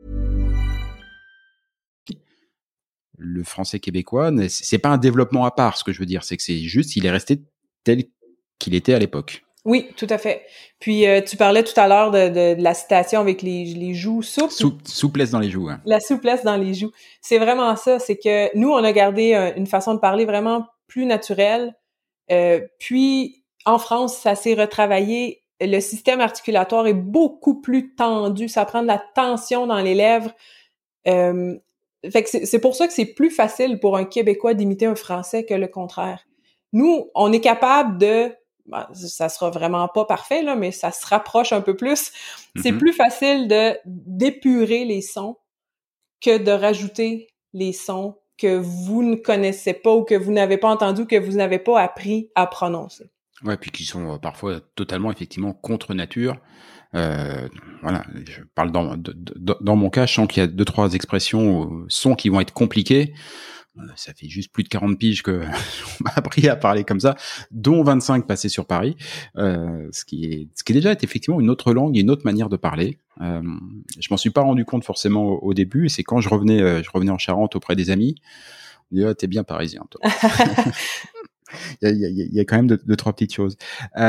Le français québécois, c'est pas un développement à part, ce que je veux dire, c'est que c'est juste, il est resté tel qu'il était à l'époque. Oui, tout à fait. Puis, tu parlais tout à l'heure de la citation avec les joues souples. Souplesse dans les joues. Hein. La souplesse dans les joues. C'est vraiment ça, c'est que nous, on a gardé une façon de parler vraiment plus naturelle. Puis, en France, ça s'est retravaillé. Le système articulatoire est beaucoup plus tendu. Ça prend de la tension dans les lèvres. Fait que c'est pour ça que c'est plus facile pour un Québécois d'imiter un Français que le contraire. Nous, on est capable de... ça sera vraiment pas parfait, là, mais ça se rapproche un peu plus. C'est plus facile d'épurer les sons que de rajouter les sons que vous ne connaissez pas ou que vous n'avez pas entendu, que vous n'avez pas appris à prononcer. Ouais, puis qui sont parfois totalement, effectivement, contre nature. Voilà, je parle dans mon cas, je sens qu'il y a 2-3 expressions, sons qui vont être compliqués. Ça fait juste plus de 40 piges que on m'a appris à parler comme ça, dont 25 passés sur Paris, ce qui est déjà effectivement une autre langue et une autre manière de parler. Je m'en suis pas rendu compte forcément au début, et c'est quand je revenais en Charente auprès des amis, on dit t'es bien parisien toi. Il y a quand même deux, trois petites choses.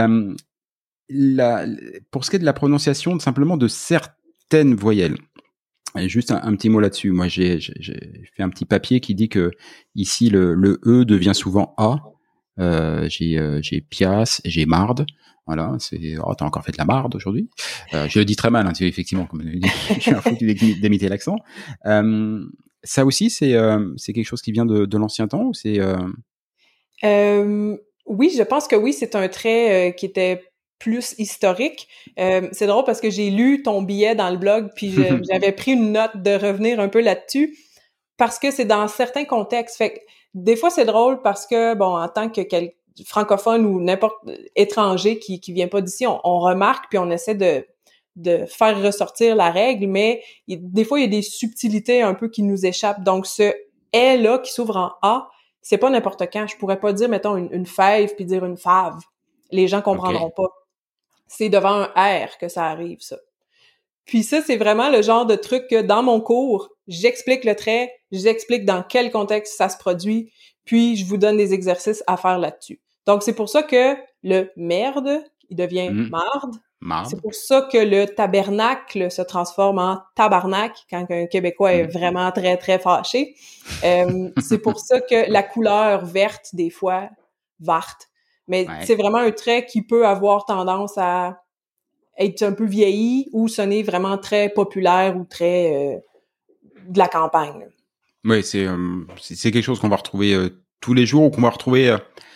Pour ce qui est de la prononciation, simplement de certaines voyelles. Et juste un petit mot là-dessus. Moi, j'ai fait un petit papier qui dit que ici le E devient souvent A. J'ai piace, j'ai marde. Voilà, t'as encore fait de la marde aujourd'hui. Je le dis très mal, hein, effectivement, comme je suis un fou d'imiter l'accent. Ça aussi, c'est quelque chose qui vient de l'ancien temps ou c'est oui, je pense que oui, c'est un trait qui était plus historique. C'est drôle parce que j'ai lu ton billet dans le blog, puis j'avais pris une note de revenir un peu là-dessus, parce que c'est dans certains contextes. Fait que des fois, c'est drôle parce que, bon, en tant que francophone ou n'importe étranger qui vient pas d'ici, on remarque puis on essaie de faire ressortir la règle, mais des fois, il y a des subtilités un peu qui nous échappent. Donc, ce « est » là qui s'ouvre en « a », c'est pas n'importe quand. Je pourrais pas dire, mettons, une fève puis dire une fave. Les gens comprendront pas. C'est devant un « r » que ça arrive, ça. Puis ça, c'est vraiment le genre de truc que dans mon cours, j'explique le trait, j'explique dans quel contexte ça se produit, puis je vous donne des exercices à faire là-dessus. Donc, c'est pour ça que le « merde », il devient « marde ». C'est pour ça que le tabernacle se transforme en tabarnak quand un Québécois est vraiment très, très fâché. C'est pour ça que la couleur verte, des fois, verte. Mais c'est vraiment un trait qui peut avoir tendance à être un peu vieilli ou sonner vraiment très populaire ou très de la campagne. Oui, c'est quelque chose qu'on va retrouver tous les jours ou qu'on va retrouver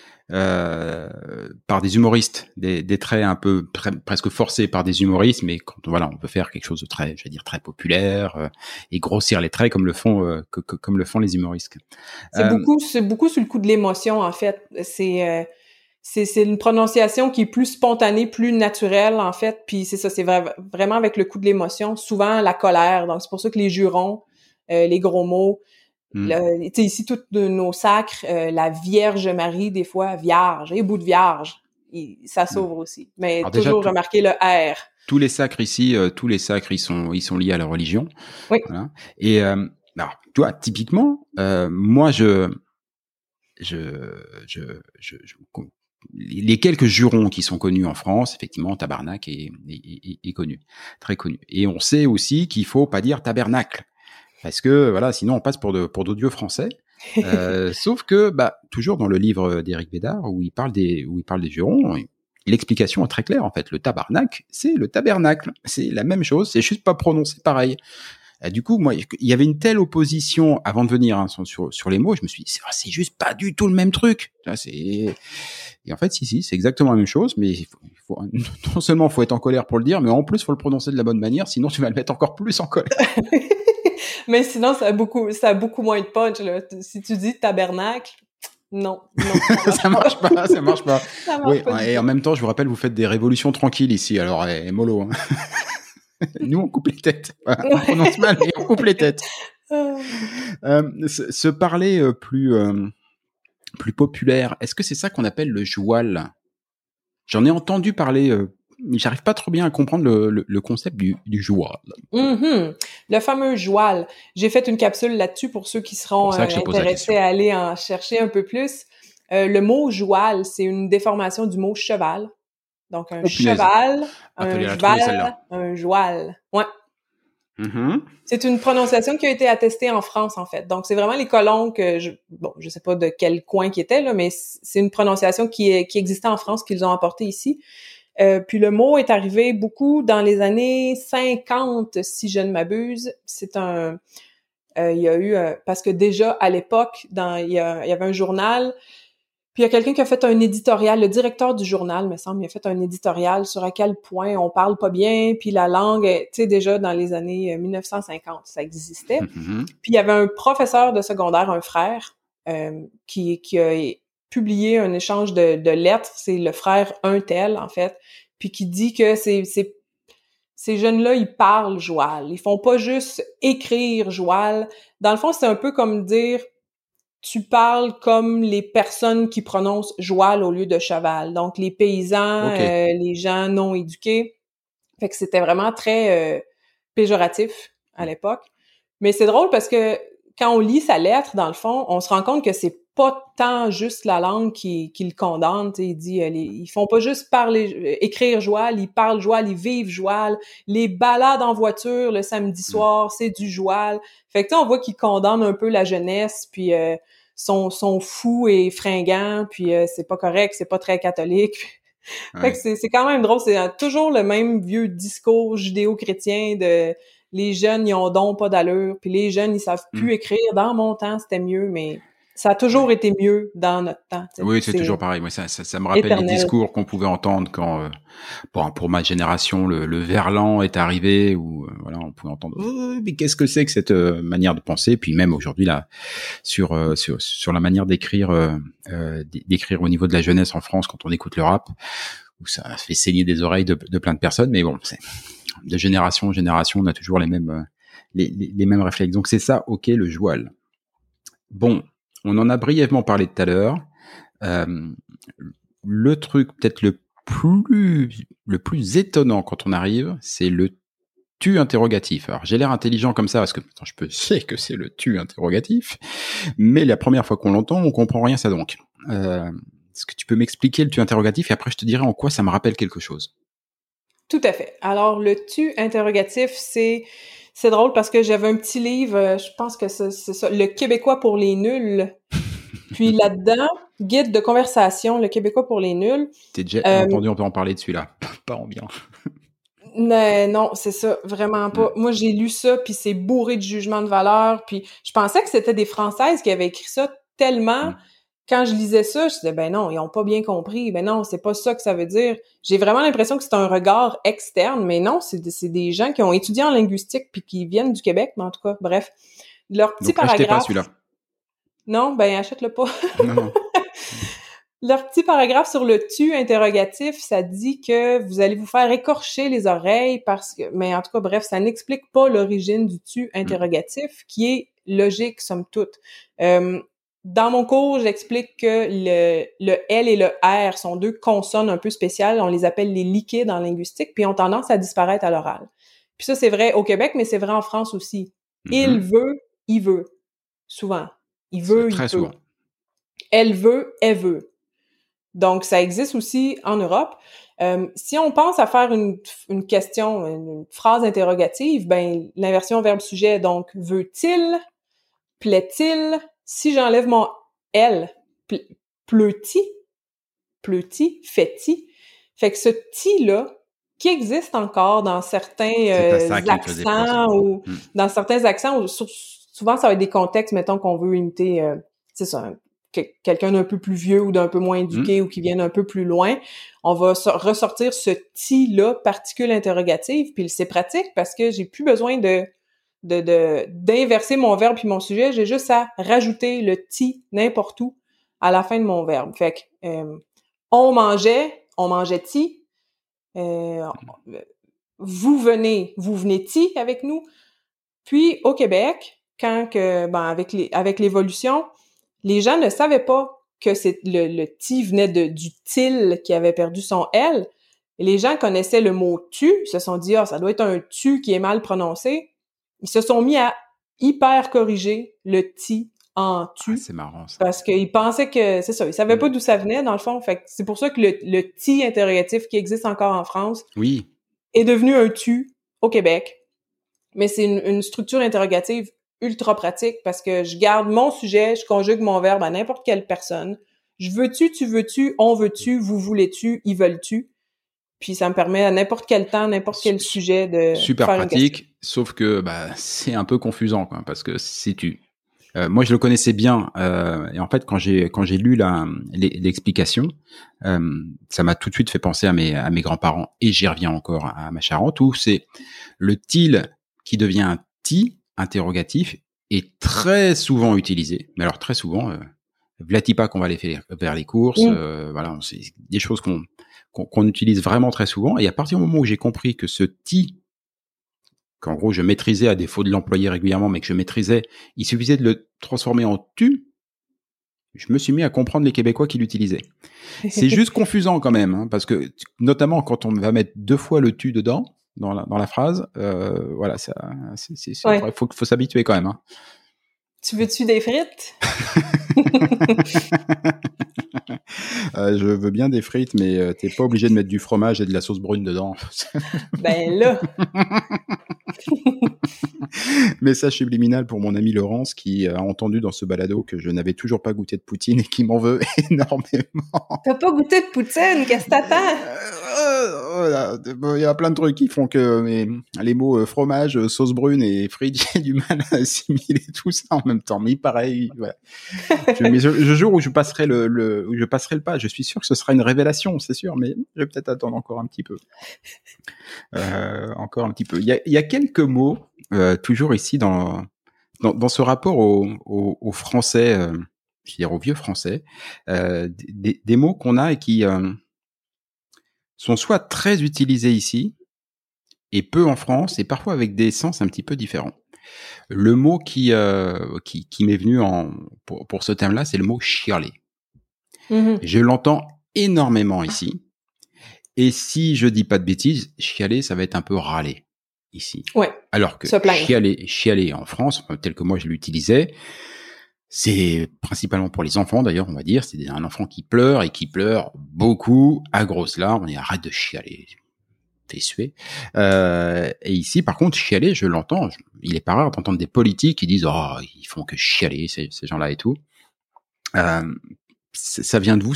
par des humoristes, des traits un peu presque forcés par des humoristes, mais quand on peut faire quelque chose de très, je vais dire, très populaire et grossir les traits comme le font comme le font les humoristes. C'est beaucoup sur le coup de l'émotion, en fait. C'est une prononciation qui est plus spontanée, plus naturelle, en fait. Puis c'est ça, c'est vraiment avec le coup de l'émotion. Souvent, la colère. Donc, c'est pour ça que les jurons, les gros mots, tu sais, ici, tous nos sacres, la Vierge Marie, des fois, vierge, et bout de vierge, ça s'ouvre aussi. Mais alors toujours déjà, remarquer le R. Tous les sacres ici, ils sont liés à la religion. Oui. Voilà. Et alors, tu vois, typiquement, moi, les quelques jurons qui sont connus en France, effectivement, tabarnak est connu, très connu. Et on sait aussi qu'il faut pas dire tabernacle. Parce que voilà, sinon on passe pour d'autres dieux français. Sauf que toujours dans le livre d'Éric Bédard où il parle des jurons, l'explication est très claire en fait. Le tabarnak, c'est le tabernacle, c'est la même chose, c'est juste pas prononcé pareil. Du coup, moi, il y avait une telle opposition avant de venir sur les mots, je me suis dit c'est juste pas du tout le même truc. Et en fait, si, c'est exactement la même chose, mais il faut non seulement faut être en colère pour le dire, mais en plus faut le prononcer de la bonne manière, sinon tu vas le mettre encore plus en colère. Mais sinon, ça a beaucoup moins de punch, là. Si tu dis tabernacle, non. ça marche pas. Ça marche pas et en même temps, je vous rappelle, vous faites des révolutions tranquilles ici, alors, mollo, hein. Nous, on coupe les têtes. On prononce mal, mais on coupe les têtes. Se parler plus populaire, est-ce que c'est ça qu'on appelle le joual? J'en ai entendu parler, mais j'arrive pas trop bien à comprendre le concept du joual. Le fameux joual. J'ai fait une capsule là-dessus pour ceux qui seront intéressés à aller en chercher un peu plus. Le mot joual, c'est une déformation du mot cheval. Donc, un cheval, un joual. Ouais. C'est une prononciation qui a été attestée en France, en fait. Donc, c'est vraiment les colons je sais pas de quel coin qui était, là, mais c'est une prononciation qui existait en France, qu'ils ont apportée ici. Puis le mot est arrivé beaucoup dans les années 50, si je ne m'abuse. C'est il y a eu, parce que déjà, à l'époque, il y avait un journal. Puis il y a quelqu'un qui a fait un éditorial, le directeur du journal, me semble, il a fait un éditorial sur à quel point on parle pas bien, puis la langue, tu sais, déjà dans les années 1950, ça existait. Puis il y avait un professeur de secondaire, un frère, qui a publié un échange de lettres, c'est le frère un tel, en fait, puis qui dit que ces jeunes-là, ils parlent joual. Ils font pas juste écrire joual. Dans le fond, c'est un peu comme dire tu parles comme les personnes qui prononcent joual au lieu de cheval. Donc, les paysans, les gens non éduqués. Fait que c'était vraiment très péjoratif à l'époque. Mais c'est drôle parce que quand on lit sa lettre, dans le fond, on se rend compte que c'est pas tant juste la langue qui le condamne. Il dit, ils font pas juste écrire joual, ils parlent joual, ils vivent joual. Les balades en voiture le samedi soir, c'est du joual. Fait que on voit qu'ils condamnent un peu la jeunesse, puis sont fous et fringants, puis c'est pas correct, c'est pas très catholique. Fait que c'est quand même drôle, c'est toujours le même vieux discours judéo-chrétien de les jeunes, ils ont donc pas d'allure, puis les jeunes, ils savent plus écrire. Dans mon temps, c'était mieux, mais Ça a toujours été mieux dans notre temps. Oui, c'est toujours pareil. Moi, ça me rappelle éternel. Les discours qu'on pouvait entendre quand, pour ma génération, le verlan est arrivé, ou voilà, on pouvait entendre mais qu'est-ce que c'est que cette manière de penser. Puis même aujourd'hui là, sur la manière d'écrire au niveau de la jeunesse en France, quand on écoute le rap, où ça fait saigner des oreilles de plein de personnes. Mais bon, c'est de génération en génération, on a toujours les mêmes réflexes. Donc c'est ça, ok, le joual. Bon. On en a brièvement parlé tout à l'heure. Le truc peut-être le plus étonnant quand on arrive, c'est le tu interrogatif. Alors j'ai l'air intelligent comme ça parce que je sais que c'est le tu interrogatif, mais la première fois qu'on l'entend, on comprend rien ça donc. Est-ce que tu peux m'expliquer le tu interrogatif et après je te dirai en quoi ça me rappelle quelque chose? Tout à fait. Alors le tu interrogatif, c'est drôle parce que j'avais un petit livre, je pense que c'est ça, Le Québécois pour les nuls. Puis là-dedans, guide de conversation, Le Québécois pour les nuls. T'es déjà entendu on peut en parler de celui-là. Pas en bien. Non, c'est ça, vraiment pas. Moi, j'ai lu ça, puis c'est bourré de jugements de valeur. Puis je pensais que c'était des Françaises qui avaient écrit ça tellement... Quand je lisais ça, je disais, ben non, ils ont pas bien compris. Ben non, c'est pas ça que ça veut dire. J'ai vraiment l'impression que c'est un regard externe, mais non, c'est des gens qui ont étudié en linguistique puis qui viennent du Québec, mais en tout cas, bref. Leur petit paragraphe... Donc, achetez pas celui-là. Non, ben achète-le pas. Non. Leur petit paragraphe sur le tu interrogatif, ça dit que vous allez vous faire écorcher les oreilles parce que... Mais en tout cas, bref, ça n'explique pas l'origine du tu interrogatif, qui est logique, somme toute. Dans mon cours, j'explique que le L et le R sont deux consonnes un peu spéciales. On les appelle les liquides en linguistique, puis ont tendance à disparaître à l'oral. Puis ça, c'est vrai au Québec, mais c'est vrai en France aussi. Il veut, il veut. Souvent. Il veut, il très peut. Souvent. Elle veut, elle veut. Donc, ça existe aussi en Europe. Si on pense à faire une question, une phrase interrogative, ben l'inversion verbe-sujet, donc, veut-il, plaît-il, si j'enlève mon « elle », pleut-il, fait-il. Fait que ce « ti » qui existe encore dans certains accents ou dans certains accents, souvent ça va être des contextes, mettons qu'on veut imiter, c'est ça, quelqu'un d'un peu plus vieux ou d'un peu moins éduqué ou qui vient d'un peu plus loin, on va ressortir ce « ti » particule interrogative, puis c'est pratique parce que j'ai plus besoin d'inverser mon verbe puis mon sujet, j'ai juste à rajouter le « ti » n'importe où à la fin de mon verbe. Fait que on mangeait-ti, vous venez-ti avec nous. Puis au Québec, avec l'évolution, les gens ne savaient pas que le ti venait du til qui avait perdu son L. Et les gens connaissaient le mot tu, ils se sont dit ça doit être un tu qui est mal prononcé. Ils se sont mis à hyper corriger le ti en tu. C'est marrant ça. Parce qu'ils pensaient que c'est ça, ils savaient pas d'où ça venait dans le fond. Fait que c'est pour ça que le ti interrogatif qui existe encore en France est devenu un tu au Québec. Mais c'est une structure interrogative ultra pratique parce que je garde mon sujet, je conjugue mon verbe à n'importe quelle personne. Je veux-tu, tu veux-tu, on veut-tu, vous voulez-tu, ils veulent-tu. Puis ça me permet à n'importe quel temps, n'importe quel sujet de super faire pratique, sauf que c'est un peu confusant quoi, parce que si tu moi je le connaissais bien et en fait quand j'ai lu l'explication, ça m'a tout de suite fait penser à mes grands-parents et j'y reviens encore à ma Charente où c'est le til qui devient un ti interrogatif est très souvent utilisé. Mais alors très souvent v'là-t-il pas qu'on va aller faire vers les courses, voilà, c'est des choses qu'on utilise vraiment très souvent. Et à partir du moment où j'ai compris que ce ti, qu'en gros je maîtrisais à défaut de l'employer régulièrement, mais que je maîtrisais, il suffisait de le transformer en tu, je me suis mis à comprendre les Québécois qui l'utilisaient. C'est juste confusant quand même, hein, parce que notamment quand on va mettre 2 fois le tu dedans, dans la phrase, voilà, ça, faut s'habituer quand même. Hein. Tu veux-tu des frites? Je veux bien des frites, mais t'es pas obligé de mettre du fromage et de la sauce brune dedans. Ben là. Message subliminal pour mon ami Laurence qui a entendu dans ce balado que je n'avais toujours pas goûté de poutine et qui m'en veut énormément. T'as pas goûté de poutine, qu'est-ce que t'attends? Voilà. Il y a plein de trucs qui font que les mots fromage, sauce brune et frites, j'ai du mal à assimiler tout ça en même temps. Mais pareil, voilà. Je jure où je passerai où je passerai le pas. Je suis sûr que ce sera une révélation, c'est sûr, mais je vais peut-être attendre encore un petit peu. Encore un petit peu. Il y a quelques mots, toujours ici dans ce rapport au français, je veux dire au vieux français, des mots qu'on a et qui sont soit très utilisés ici et peu en France, et parfois avec des sens un petit peu différents. Le mot qui m'est venu pour ce thème-là, c'est le mot chialer. Mm-hmm. Je l'entends énormément ici. Et si je dis pas de bêtises, chialer, ça va être un peu râler ici. Ouais. Alors que chialer en France, tel que moi je l'utilisais, c'est principalement pour les enfants d'ailleurs, on va dire. C'est un enfant qui pleure et qui pleure beaucoup à grosses larmes. Et arrête de chialer. Fais suer. Et ici, par contre, chialer, je l'entends. Il est pas rare d'entendre des politiques qui disent « Oh, ils font que chialer, ces gens-là et tout ». Ça vient de vous,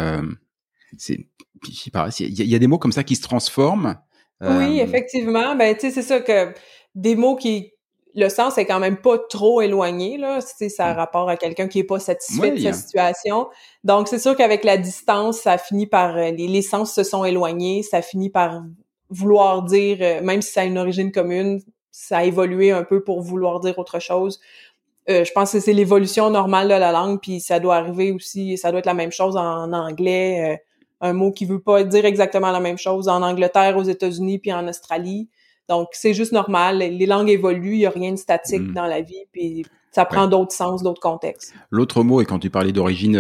je sais pas, il y a des mots comme ça qui se transforment. Oui, effectivement. Ben, tu sais, c'est ça que des mots le sens est quand même pas trop éloigné, là. Tu sais, ça a rapport à quelqu'un qui est pas satisfait de sa situation. Donc, c'est sûr qu'avec la distance, ça finit par, les sens se sont éloignés, ça finit par vouloir dire, même si ça a une origine commune, ça a évolué un peu pour vouloir dire autre chose. Je pense que c'est l'évolution normale de la langue, puis ça doit arriver aussi, ça doit être la même chose en anglais, un mot qui veut pas dire exactement la même chose en Angleterre, aux États-Unis, puis en Australie. Donc, c'est juste normal. Les langues évoluent, il y a rien de statique dans la vie, puis ça prend d'autres sens, d'autres contextes. L'autre mot, et quand tu parlais d'origine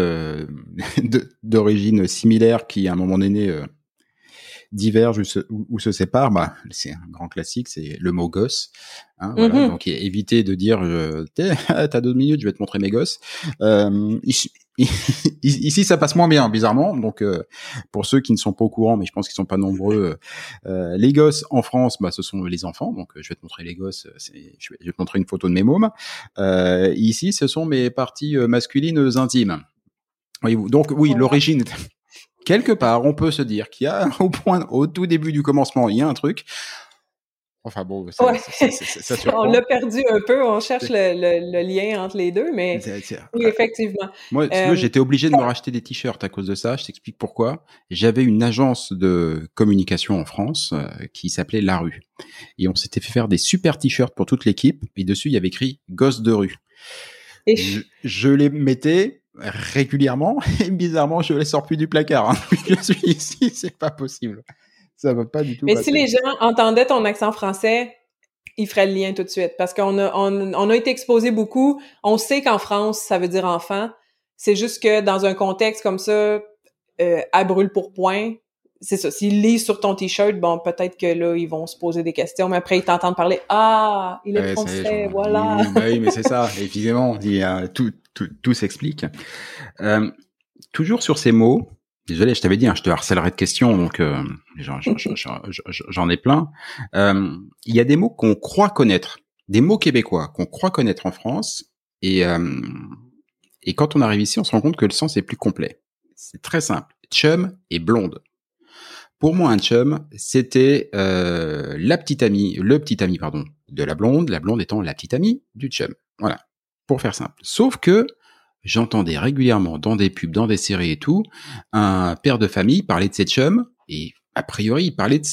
similaire qui, à un moment donné, divergent ou se séparent, bah, c'est un grand classique, c'est le mot gosse. Hein, voilà. Donc, éviter de dire t'as 2 minutes, je vais te montrer mes gosses. Ici, ça passe moins bien, bizarrement. Donc, pour ceux qui ne sont pas au courant, mais je pense qu'ils sont pas nombreux, les gosses en France, bah, ce sont les enfants. Donc, je vais te montrer les gosses. Je vais te montrer une photo de mes mômes. Ici, ce sont mes parties masculines intimes. Voyez-vous. Donc, oui, l'origine. Quelque part, on peut se dire qu'il y a au tout début du commencement, il y a un truc. Enfin bon, ça surprend. On l'a perdu un peu, on cherche le lien entre les deux, mais oui, effectivement. Moi, j'étais obligé de me racheter des t-shirts à cause de ça, je t'explique pourquoi. J'avais une agence de communication en France qui s'appelait La Rue. Et on s'était fait faire des super t-shirts pour toute l'équipe, et dessus, il y avait écrit « Gosse de rue ». Je les mettais régulièrement, et bizarrement, je les sors plus du placard. Hein. Je suis ici, c'est pas possible. Ça va pas du tout. Mais si les gens entendaient ton accent français, ils feraient le lien tout de suite. Parce qu'on a été exposé beaucoup. On sait qu'en France, ça veut dire enfant. C'est juste que dans un contexte comme ça, à brûle pour point, c'est ça. S'ils lisent sur ton t-shirt, bon, peut-être que là, ils vont se poser des questions, mais après, ils t'entendent parler. Ah, il est français, voilà. Oui, mais c'est ça. Évidemment, tout s'explique. Toujours sur ces mots. Désolé, je t'avais dit, je te harcèlerai de questions, donc j'en ai plein. Il y a des mots qu'on croit connaître, des mots québécois qu'on croit connaître en France, et quand on arrive ici, on se rend compte que le sens est plus complet. C'est très simple. Chum et blonde. Pour moi, un chum, c'était le petit ami de la blonde étant la petite amie du chum. Voilà, pour faire simple. Sauf que j'entendais régulièrement dans des pubs, dans des séries et tout, un père de famille parler de ses chums, et a priori, il parlait de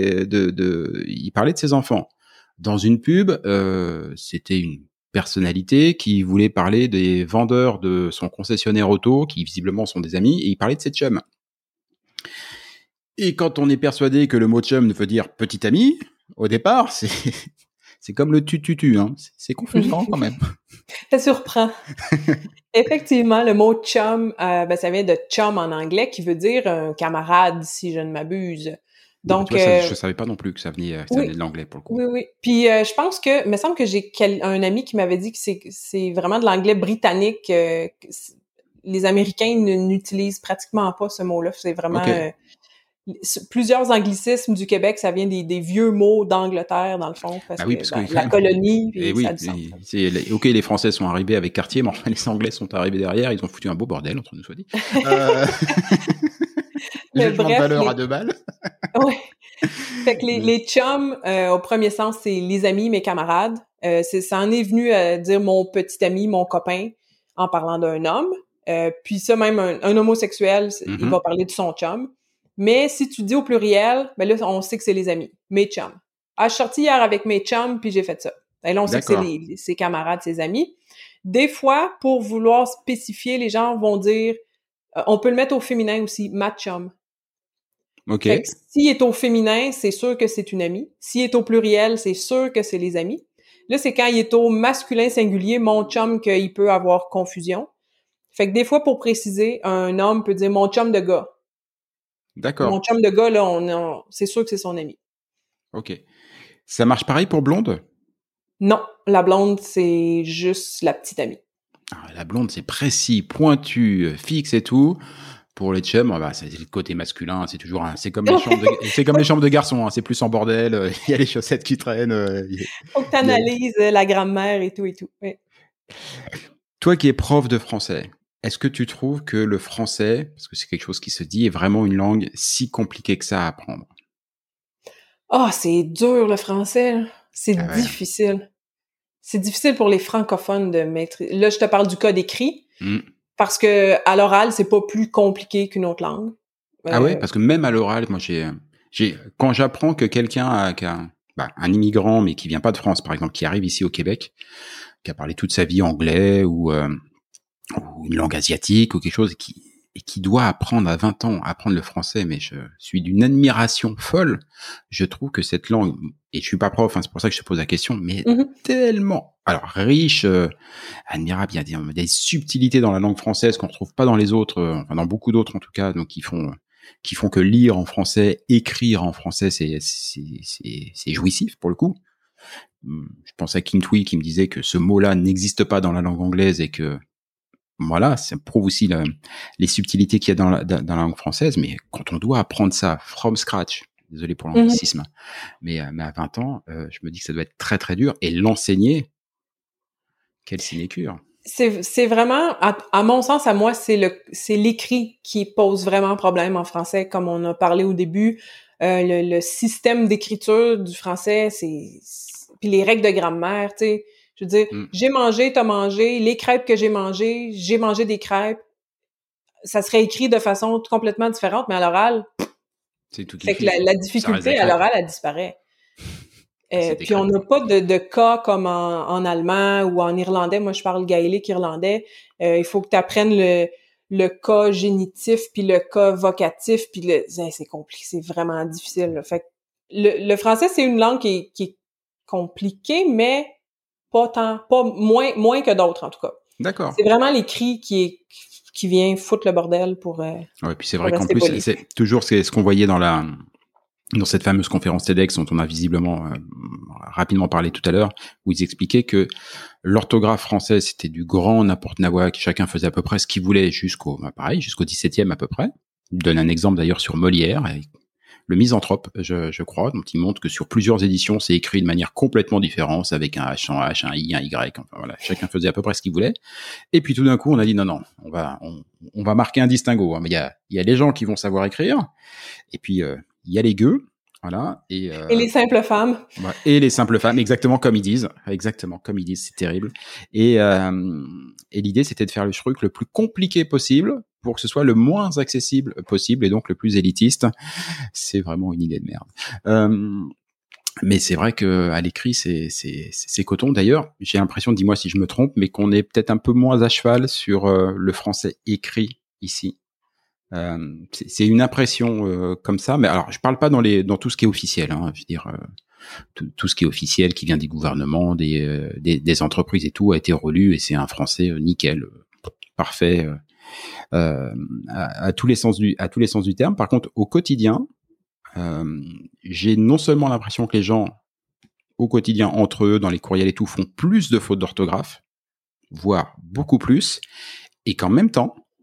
ses enfants. Dans une pub, c'était une personnalité qui voulait parler des vendeurs de son concessionnaire auto, qui visiblement sont des amis, et il parlait de ses chums. Et quand on est persuadé que le mot chum veut dire petit ami, au départ, c'est comme le tu, hein. C'est confusant quand même. Ça surprend. Effectivement, le mot chum, ça vient de chum en anglais, qui veut dire un camarade, si je ne m'abuse. Donc, je savais pas non plus que ça venait de l'anglais pour le coup. Oui. Puis je pense que, il me semble que j'ai un ami qui m'avait dit que c'est vraiment de l'anglais britannique. les Américains n'utilisent pratiquement pas ce mot-là. C'est vraiment plusieurs anglicismes du Québec, ça vient des vieux mots d'Angleterre, dans le fond, parce que la colonie, ça a du sens. OK, les Français sont arrivés avec Cartier, mais enfin, les Anglais sont arrivés derrière, ils ont foutu un beau bordel, entre nous soit dit. Jugement de valeur à 2 balles. Ouais. Fait que les chums, au premier sens, c'est les amis, mes camarades. Ça en est venu à dire mon petit ami, mon copain, en parlant d'un homme. Puis ça, même un homosexuel, il va parler de son chum. Mais si tu dis au pluriel, ben là, on sait que c'est les amis, mes chums. Je suis sortie hier avec mes chums, puis j'ai fait ça. Et là, on sait que c'est ses camarades, ses amis. Des fois, pour vouloir spécifier, les gens vont dire, on peut le mettre au féminin aussi, ma chum. OK. Fait que s'il est au féminin, c'est sûr que c'est une amie. S'il est au pluriel, c'est sûr que c'est les amis. Là, c'est quand il est au masculin singulier, mon chum, qu'il peut avoir confusion. Fait que des fois, pour préciser, un homme peut dire mon chum de gars. D'accord. Mon chum de gars, là, c'est sûr que c'est son ami. OK. Ça marche pareil pour blonde? Non, la blonde, c'est juste la petite amie. Ah, la blonde, c'est précis, pointu, fixe et tout. Pour les chums, c'est le côté masculin, c'est toujours, c'est comme les chambres de garçons, c'est plus en bordel, il y a les chaussettes qui traînent. Faut que t'analyses la grammaire et tout. Oui. Toi qui es prof de français, est-ce que tu trouves que le français, parce que c'est quelque chose qui se dit, est vraiment une langue si compliquée que ça à apprendre? C'est dur le français, là. C'est difficile. C'est difficile pour les francophones de maîtriser. Là, je te parle du code écrit. Parce que à l'oral, c'est pas plus compliqué qu'une autre langue. Ah ouais, parce que même à l'oral, moi quand j'apprends que quelqu'un un immigrant mais qui vient pas de France, par exemple, qui arrive ici au Québec, qui a parlé toute sa vie anglais ou une langue asiatique ou quelque chose et qui doit apprendre à 20 ans apprendre le français, mais je suis d'une admiration folle. Je trouve que cette langue, et je suis pas prof, c'est pour ça que je te pose la question, mais tellement, alors riche, admirable, il y a des subtilités dans la langue française qu'on retrouve pas dans les autres, dans beaucoup d'autres en tout cas, donc qui font que lire en français, écrire en français, c'est jouissif pour le coup. Je pense à Kintwi qui me disait que ce mot-là n'existe pas dans la langue anglaise et que voilà, ça prouve aussi les subtilités qu'il y a dans la langue française, mais quand on doit apprendre ça from scratch, désolé pour l'anglicisme, mais à 20 ans, je me dis que ça doit être très très dur, et l'enseigner, quelle sinécure. C'est vraiment, à mon sens, à moi, c'est l'écrit qui pose vraiment problème en français, comme on a parlé au début. Le système d'écriture du français, puis les règles de grammaire, tu sais. Je veux dire, j'ai mangé, t'as mangé, les crêpes que j'ai mangé des crêpes. Ça serait écrit de façon complètement différente, mais à l'oral, c'est tout. Fait que la difficulté à l'oral, elle disparaît. Puis on n'a pas de cas comme en allemand ou en irlandais. Moi, je parle gaélique irlandais. Il faut que tu apprennes le cas génitif puis le cas vocatif, puis c'est compliqué, c'est vraiment difficile. Là. Fait que le français, c'est une langue qui est compliquée, mais pas moins que d'autres en tout cas. D'accord. C'est vraiment l'écrit qui vient foutre le bordel pour. Ouais, puis c'est vrai qu'en plus c'est toujours ce qu'on voyait dans cette fameuse conférence TEDx dont on a visiblement rapidement parlé tout à l'heure, où ils expliquaient que l'orthographe française c'était du grand n'importe quoi, que chacun faisait à peu près ce qu'il voulait jusqu'au 17e à peu près. Il donne un exemple d'ailleurs sur Molière, le Misanthrope, je crois, dont il montre que sur plusieurs éditions, c'est écrit de manière complètement différente, avec un H, un H, un I, un Y, enfin voilà, chacun faisait à peu près ce qu'il voulait. Et puis tout d'un coup, on a dit non, on va marquer un distinguo. Mais il y a les gens qui vont savoir écrire, et puis il y a les gueux, voilà, et les simples femmes. Ouais, et les simples femmes, exactement comme ils disent, c'est terrible. Et l'idée, c'était de faire le truc le plus compliqué possible pour que ce soit le moins accessible possible et donc le plus élitiste. C'est vraiment une idée de merde. Mais c'est vrai que à l'écrit, c'est coton. D'ailleurs, j'ai l'impression, dis-moi si je me trompe, mais qu'on est peut-être un peu moins à cheval sur le français écrit ici. C'est une impression comme ça, mais alors je parle pas dans tout ce qui est officiel, je veux dire tout ce qui est officiel qui vient des gouvernements, des entreprises et tout a été relu et c'est un français nickel, parfait à tous les sens du terme. Par contre, au quotidien, j'ai non seulement l'impression que les gens au quotidien entre eux dans les courriels et tout font plus de fautes d'orthographe, voire beaucoup plus, et qu'en même temps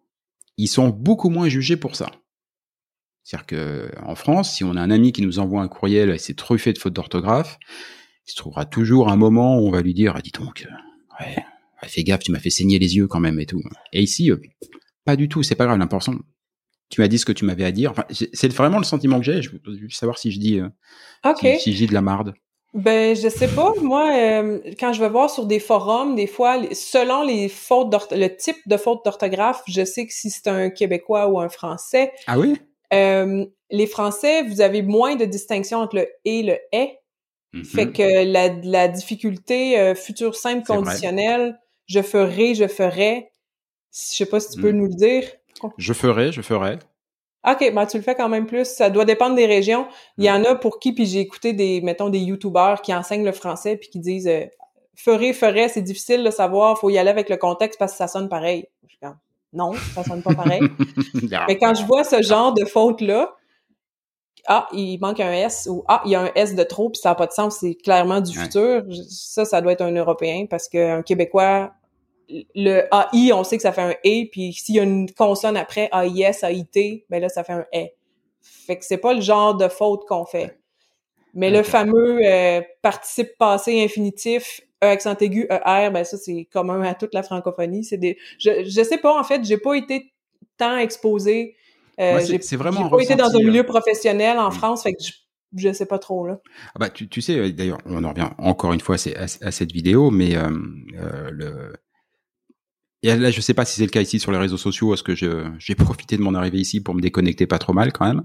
ils sont beaucoup moins jugés pour ça. C'est-à-dire qu'en France, si on a un ami qui nous envoie un courriel et c'est truffé de fautes d'orthographe, il se trouvera toujours un moment où on va lui dire « dis donc, fais gaffe, tu m'as fait saigner les yeux quand même et tout. » Et ici, pas du tout, c'est pas grave, l'important, tu m'as dit ce que tu m'avais à dire. Enfin, c'est vraiment le sentiment que j'ai. Je veux savoir si je dis, si je dis de la marde. Ben, je sais pas. Moi, quand je vais voir sur des forums, des fois, selon les fautes le type de faute d'orthographe, je sais que si c'est un Québécois ou un Français. Ah oui? Les Français, vous avez moins de distinction entre le « et » et le « est ». Fait que la difficulté futur simple conditionnel, je ferai, je ferais. Je sais pas si tu peux nous le dire. Je ferai. OK, ben tu le fais quand même plus. Ça doit dépendre des régions. Il y en a pour qui, puis j'ai écouté des YouTubers qui enseignent le français puis qui disent ferait, c'est difficile de savoir, faut y aller avec le contexte parce que ça sonne pareil. Je dis, non, ça sonne pas pareil. Mais quand je vois ce genre de faute-là, il manque un S ou il y a un S de trop puis ça n'a pas de sens, c'est clairement du futur. Ça doit être un Européen parce qu'un Québécois, le AI, on sait que ça fait un E, puis s'il y a une consonne après, AIS, AIT, ben là, ça fait un E. Fait que c'est pas le genre de faute qu'on fait. Mais le fameux participe passé infinitif, E accent aigu, ER, ben ça, c'est commun à toute la francophonie. Je sais pas, en fait, j'ai pas été tant exposée. Moi, c'est vraiment j'ai pas été dans un milieu professionnel en France, fait que je sais pas trop, là. Ah bah, tu sais, d'ailleurs, on en revient encore une fois à cette vidéo, mais et là, je sais pas si c'est le cas ici sur les réseaux sociaux, parce que j'ai profité de mon arrivée ici pour me déconnecter pas trop mal quand même.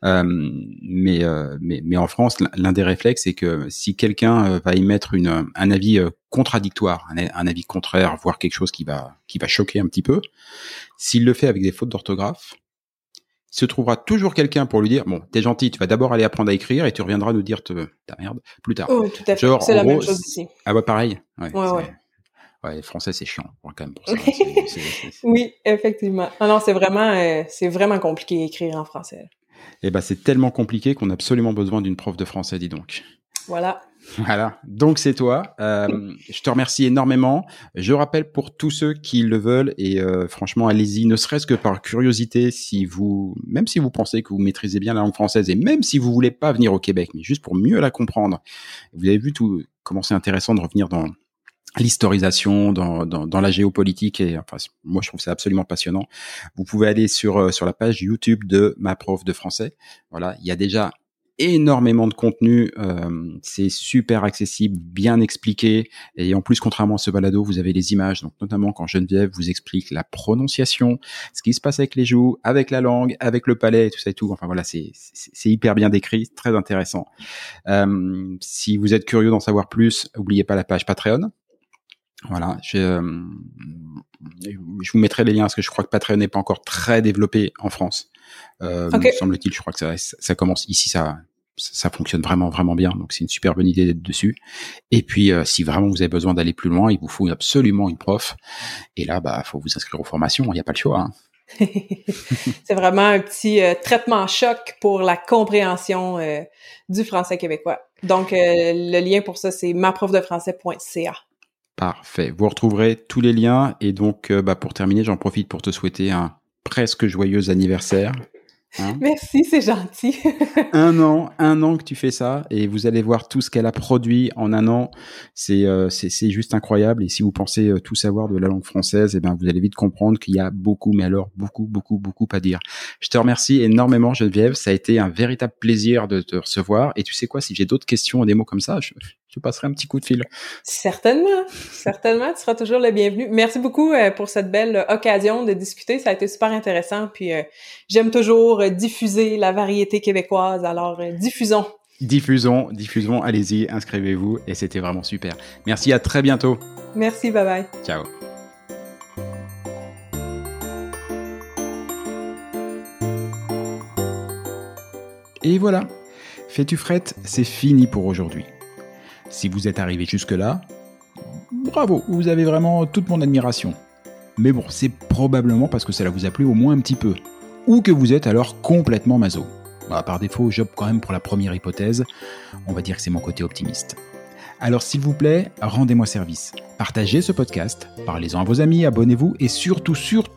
Mais en France, l'un des réflexes, c'est que si quelqu'un va y mettre un avis contradictoire, un avis contraire, voire quelque chose qui va choquer un petit peu, s'il le fait avec des fautes d'orthographe, il se trouvera toujours quelqu'un pour lui dire bon, t'es gentil, tu vas d'abord aller apprendre à écrire et tu reviendras nous dire ta merde plus tard. Oh, tout à fait. C'est la même chose ici. Ah bah pareil. Ouais. Ouais, le français, c'est chiant, quand même, pour ça. Oui, effectivement. Non, c'est vraiment compliqué à écrire en français. Eh ben, c'est tellement compliqué qu'on a absolument besoin d'une prof de français, dis donc. Voilà. Donc, c'est toi. Je te remercie énormément. Je rappelle pour tous ceux qui le veulent, et franchement, allez-y, ne serait-ce que par curiosité, même si vous pensez que vous maîtrisez bien la langue française, et même si vous voulez pas venir au Québec, mais juste pour mieux la comprendre. Vous avez vu comment c'est intéressant de revenir dans l'historisation, dans la géopolitique, et enfin moi je trouve ça absolument passionnant. Vous pouvez aller sur la page YouTube de ma prof de français. Voilà, il y a déjà énormément de contenu, c'est super accessible, bien expliqué, et en plus contrairement à ce balado, vous avez les images, donc notamment quand Geneviève vous explique la prononciation, ce qui se passe avec les joues, avec la langue, avec le palais, tout ça et tout. Enfin voilà, c'est hyper bien décrit, très intéressant. Si vous êtes curieux d'en savoir plus, n'oubliez pas la page Patreon. Voilà, je vous mettrai les liens parce que je crois que Patreon n'est pas encore très développé en France. Me semble-t-il, je crois que ça commence ici, ça fonctionne vraiment vraiment bien. Donc c'est une super bonne idée d'être dessus. Et puis si vraiment vous avez besoin d'aller plus loin, il vous faut absolument une prof. Et là, faut vous inscrire aux formations. Il n'y a pas le choix. Hein. C'est vraiment un petit traitement choc pour la compréhension du français québécois. Donc le lien pour ça, c'est maprofdefrançais.ca. Parfait. Vous retrouverez tous les liens. Et donc, pour terminer, j'en profite pour te souhaiter un presque joyeux anniversaire. Hein? Merci, c'est gentil. un an que tu fais ça, et vous allez voir tout ce qu'elle a produit en un an. C'est juste incroyable. Et si vous pensez tout savoir de la langue française, vous allez vite comprendre qu'il y a beaucoup, mais alors beaucoup à dire. Je te remercie énormément, Geneviève. Ça a été un véritable plaisir de te recevoir. Et tu sais quoi, si j'ai d'autres questions ou des mots comme ça, je passerai un petit coup de fil. Certainement, tu seras toujours le bienvenu. Merci beaucoup pour cette belle occasion de discuter, ça a été super intéressant, puis j'aime toujours diffuser la variété québécoise, alors diffusons. Diffusons, allez-y, inscrivez-vous, et c'était vraiment super. Merci, à très bientôt. Merci, bye bye. Ciao. Et voilà, Fais-tu frette, c'est fini pour aujourd'hui. Si vous êtes arrivé jusque-là, bravo, vous avez vraiment toute mon admiration. Mais bon, c'est probablement parce que cela vous a plu au moins un petit peu. Ou que vous êtes alors complètement maso. Par défaut, j'opte quand même pour la première hypothèse. On va dire que c'est mon côté optimiste. Alors s'il vous plaît, rendez-moi service. Partagez ce podcast, parlez-en à vos amis, abonnez-vous et surtout,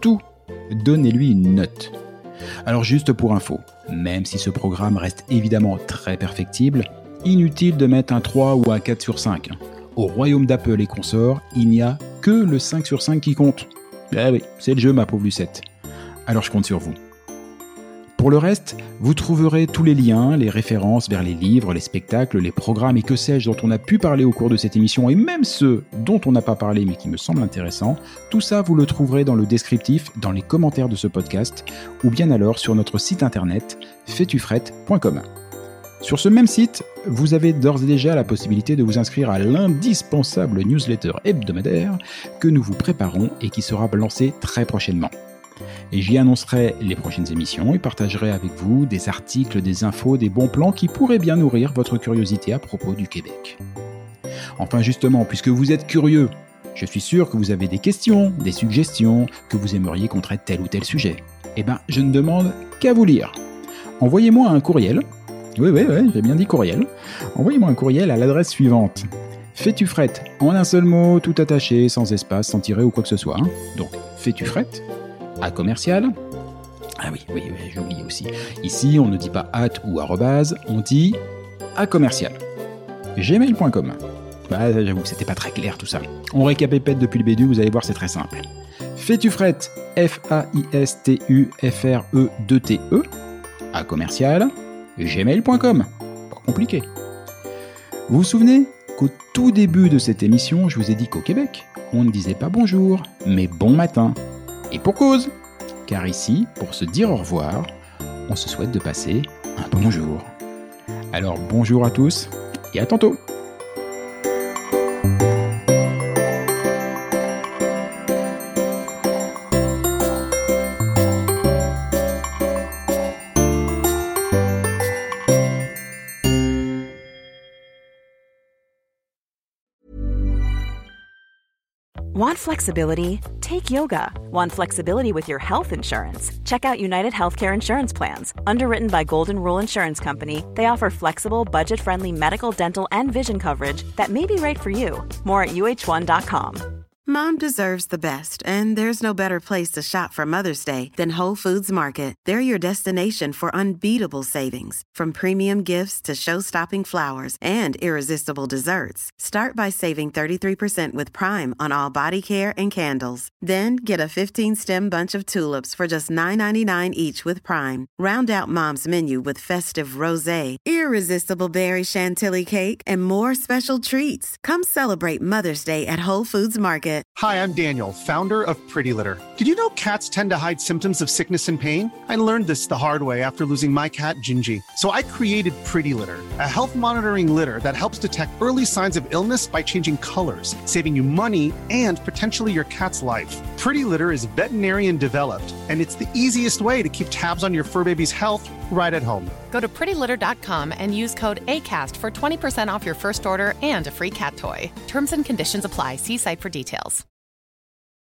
donnez-lui une note. Alors juste pour info, même si ce programme reste évidemment très perfectible, inutile de mettre un 3 ou un 4 sur 5. Au royaume d'Apple et consorts, il n'y a que le 5 sur 5 qui compte. Ah oui, c'est le jeu ma pauvre Lucette. Alors je compte sur vous. Pour le reste, vous trouverez tous les liens, les références vers les livres, les spectacles, les programmes et que sais-je dont on a pu parler au cours de cette émission et même ceux dont on n'a pas parlé mais qui me semblent intéressants. Tout ça, vous le trouverez dans le descriptif, dans les commentaires de ce podcast ou bien alors sur notre site internet faitufrette.com. Sur ce même site, vous avez d'ores et déjà la possibilité de vous inscrire à l'indispensable newsletter hebdomadaire que nous vous préparons et qui sera lancé très prochainement. Et j'y annoncerai les prochaines émissions et partagerai avec vous des articles, des infos, des bons plans qui pourraient bien nourrir votre curiosité à propos du Québec. Enfin justement, puisque vous êtes curieux, je suis sûr que vous avez des questions, des suggestions, que vous aimeriez qu'on traite tel ou tel sujet. Eh ben, je ne demande qu'à vous lire. Envoyez-moi un courriel. Oui, j'ai bien dit courriel. Envoyez-moi un courriel à l'adresse suivante. Faitufrette, en un seul mot, tout attaché, sans espace, sans tiret ou quoi que ce soit. Donc, Faitufrette, à commercial. Ah oui, j'ai oublié aussi. Ici, on ne dit pas @ ou arrobase, on dit à commercial. gmail.com. Bah, j'avoue que c'était pas très clair tout ça. On récapépète depuis le début, vous allez voir, c'est très simple. Faitufrette, FAISTUFRE2TE, à commercial, gmail.com. Pas compliqué. Vous vous souvenez qu'au tout début de cette émission, je vous ai dit qu'au Québec, on ne disait pas bonjour, mais bon matin. Et pour cause, car ici, pour se dire au revoir, on se souhaite de passer un bonjour. Alors bonjour à tous et à tantôt. Want flexibility? Take yoga. Want flexibility with your health insurance? Check out United Healthcare Insurance Plans. Underwritten by Golden Rule Insurance Company, they offer flexible, budget-friendly medical, dental, and vision coverage that may be right for you. More at uh1.com. Mom deserves the best, and there's no better place to shop for Mother's Day than Whole Foods Market. They're your destination for unbeatable savings, from premium gifts to show-stopping flowers and irresistible desserts. Start by saving 33% with Prime on all body care and candles. Then get a 15-stem bunch of tulips for just $9.99 each with Prime. Round out Mom's menu with festive rosé, irresistible berry chantilly cake, and more special treats. Come celebrate Mother's Day at Whole Foods Market. Hi, I'm Daniel, founder of Pretty Litter. Did you know cats tend to hide symptoms of sickness and pain? I learned this the hard way after losing my cat, Gingy. So I created Pretty Litter, a health monitoring litter that helps detect early signs of illness by changing colors, saving you money and potentially your cat's life. Pretty Litter is veterinarian developed, and it's the easiest way to keep tabs on your fur baby's health right at home. Go to prettylitter.com and use code ACAST for 20% off your first order and a free cat toy. Terms and conditions apply. See site for details.